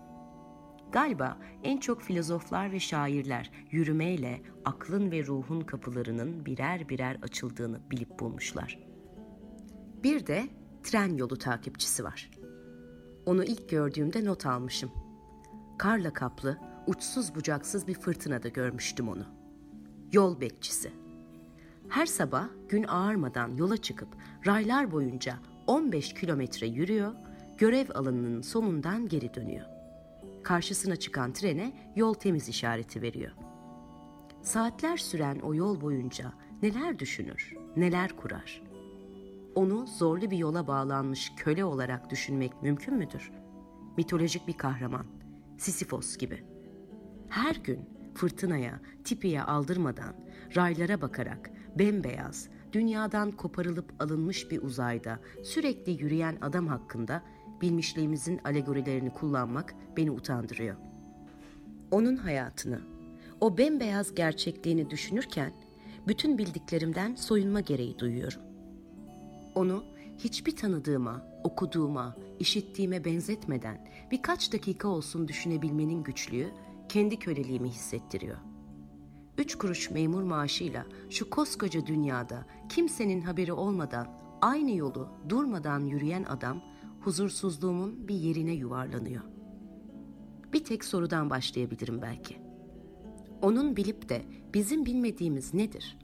[SPEAKER 3] Galiba en çok filozoflar ve şairler yürümeyle aklın ve ruhun kapılarının birer birer açıldığını bilip bulmuşlar. Bir de tren yolu takipçisi var. Onu ilk gördüğümde not almışım. Karla kaplı, uçsuz bucaksız bir fırtınada görmüştüm onu. Yol bekçisi. Her sabah gün ağarmadan yola çıkıp raylar boyunca 15 kilometre yürüyor, görev alanının sonundan geri dönüyor. Karşısına çıkan trene yol temiz işareti veriyor. Saatler süren o yol boyunca neler düşünür, neler kurar? Onu zorlu bir yola bağlanmış köle olarak düşünmek mümkün müdür? Mitolojik bir kahraman, Sisifos gibi. Her gün fırtınaya, tipiye aldırmadan, raylara bakarak bembeyaz, dünyadan koparılıp alınmış bir uzayda sürekli yürüyen adam hakkında bilmişliğimizin alegorilerini kullanmak beni utandırıyor. Onun hayatını, o bembeyaz gerçekliğini düşünürken bütün bildiklerimden soyunma gereği duyuyorum. Onu hiçbir tanıdığıma, okuduğuma, işittiğime benzetmeden birkaç dakika olsun düşünebilmenin güçlüğü kendi köleliğimi hissettiriyor. 3 kuruş memur maaşıyla şu koskoca dünyada kimsenin haberi olmadan aynı yolu durmadan yürüyen adam huzursuzluğumun bir yerine yuvarlanıyor. Bir tek sorudan başlayabilirim belki. Onun bilip de bizim bilmediğimiz nedir?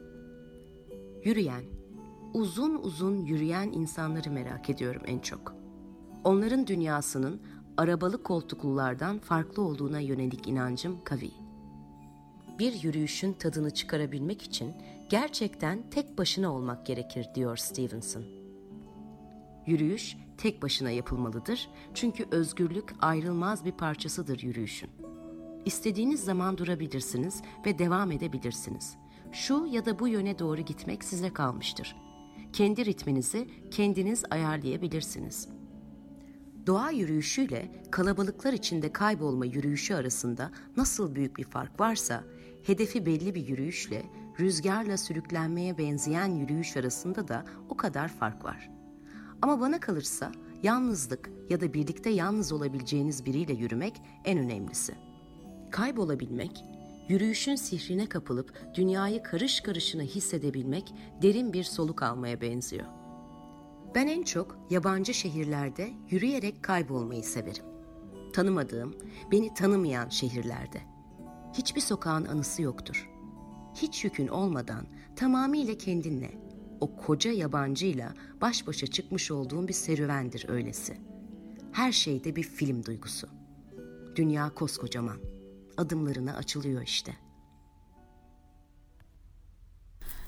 [SPEAKER 3] Yürüyen, uzun uzun yürüyen insanları merak ediyorum en çok. Onların dünyasının arabalı koltuklulardan farklı olduğuna yönelik inancım kavi. Bir yürüyüşün tadını çıkarabilmek için gerçekten tek başına olmak gerekir diyor Stevenson. Yürüyüş tek başına yapılmalıdır çünkü özgürlük ayrılmaz bir parçasıdır yürüyüşün. İstediğiniz zaman durabilirsiniz ve devam edebilirsiniz. Şu ya da bu yöne doğru gitmek size kalmıştır. Kendi ritminizi kendiniz ayarlayabilirsiniz. Doğa yürüyüşüyle kalabalıklar içinde kaybolma yürüyüşü arasında nasıl büyük bir fark varsa, hedefi belli bir yürüyüşle rüzgarla sürüklenmeye benzeyen yürüyüş arasında da o kadar fark var. Ama bana kalırsa yalnızlık ya da birlikte yalnız olabileceğiniz biriyle yürümek en önemlisi. Kaybolabilmek, yürüyüşün sihrine kapılıp dünyayı karış karışına hissedebilmek derin bir soluk almaya benziyor. Ben en çok yabancı şehirlerde yürüyerek kaybolmayı severim. Tanımadığım, beni tanımayan şehirlerde. Hiçbir sokağın anısı yoktur. Hiç yükün olmadan tamamıyla kendinle, o koca yabancıyla baş başa çıkmış olduğun bir serüvendir öylesi. Her şeyde bir film duygusu. Dünya koskocaman. Adımlarına açılıyor işte.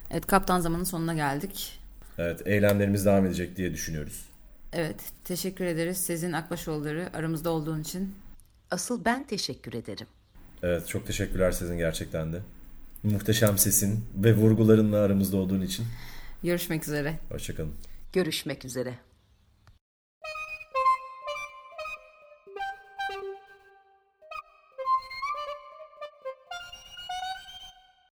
[SPEAKER 2] Evet, Kaptan Zaman'ın sonuna geldik.
[SPEAKER 1] Evet, eylemlerimiz devam edecek diye düşünüyoruz.
[SPEAKER 2] Evet, teşekkür ederiz Sezin Akbaşoğulları aramızda olduğun için.
[SPEAKER 3] Asıl ben teşekkür ederim.
[SPEAKER 1] Evet, çok teşekkürler Sezin gerçekten de. Muhteşem sesin ve vurgularınla aramızda olduğun için.
[SPEAKER 2] Görüşmek üzere.
[SPEAKER 1] Hoşçakalın.
[SPEAKER 3] Görüşmek üzere.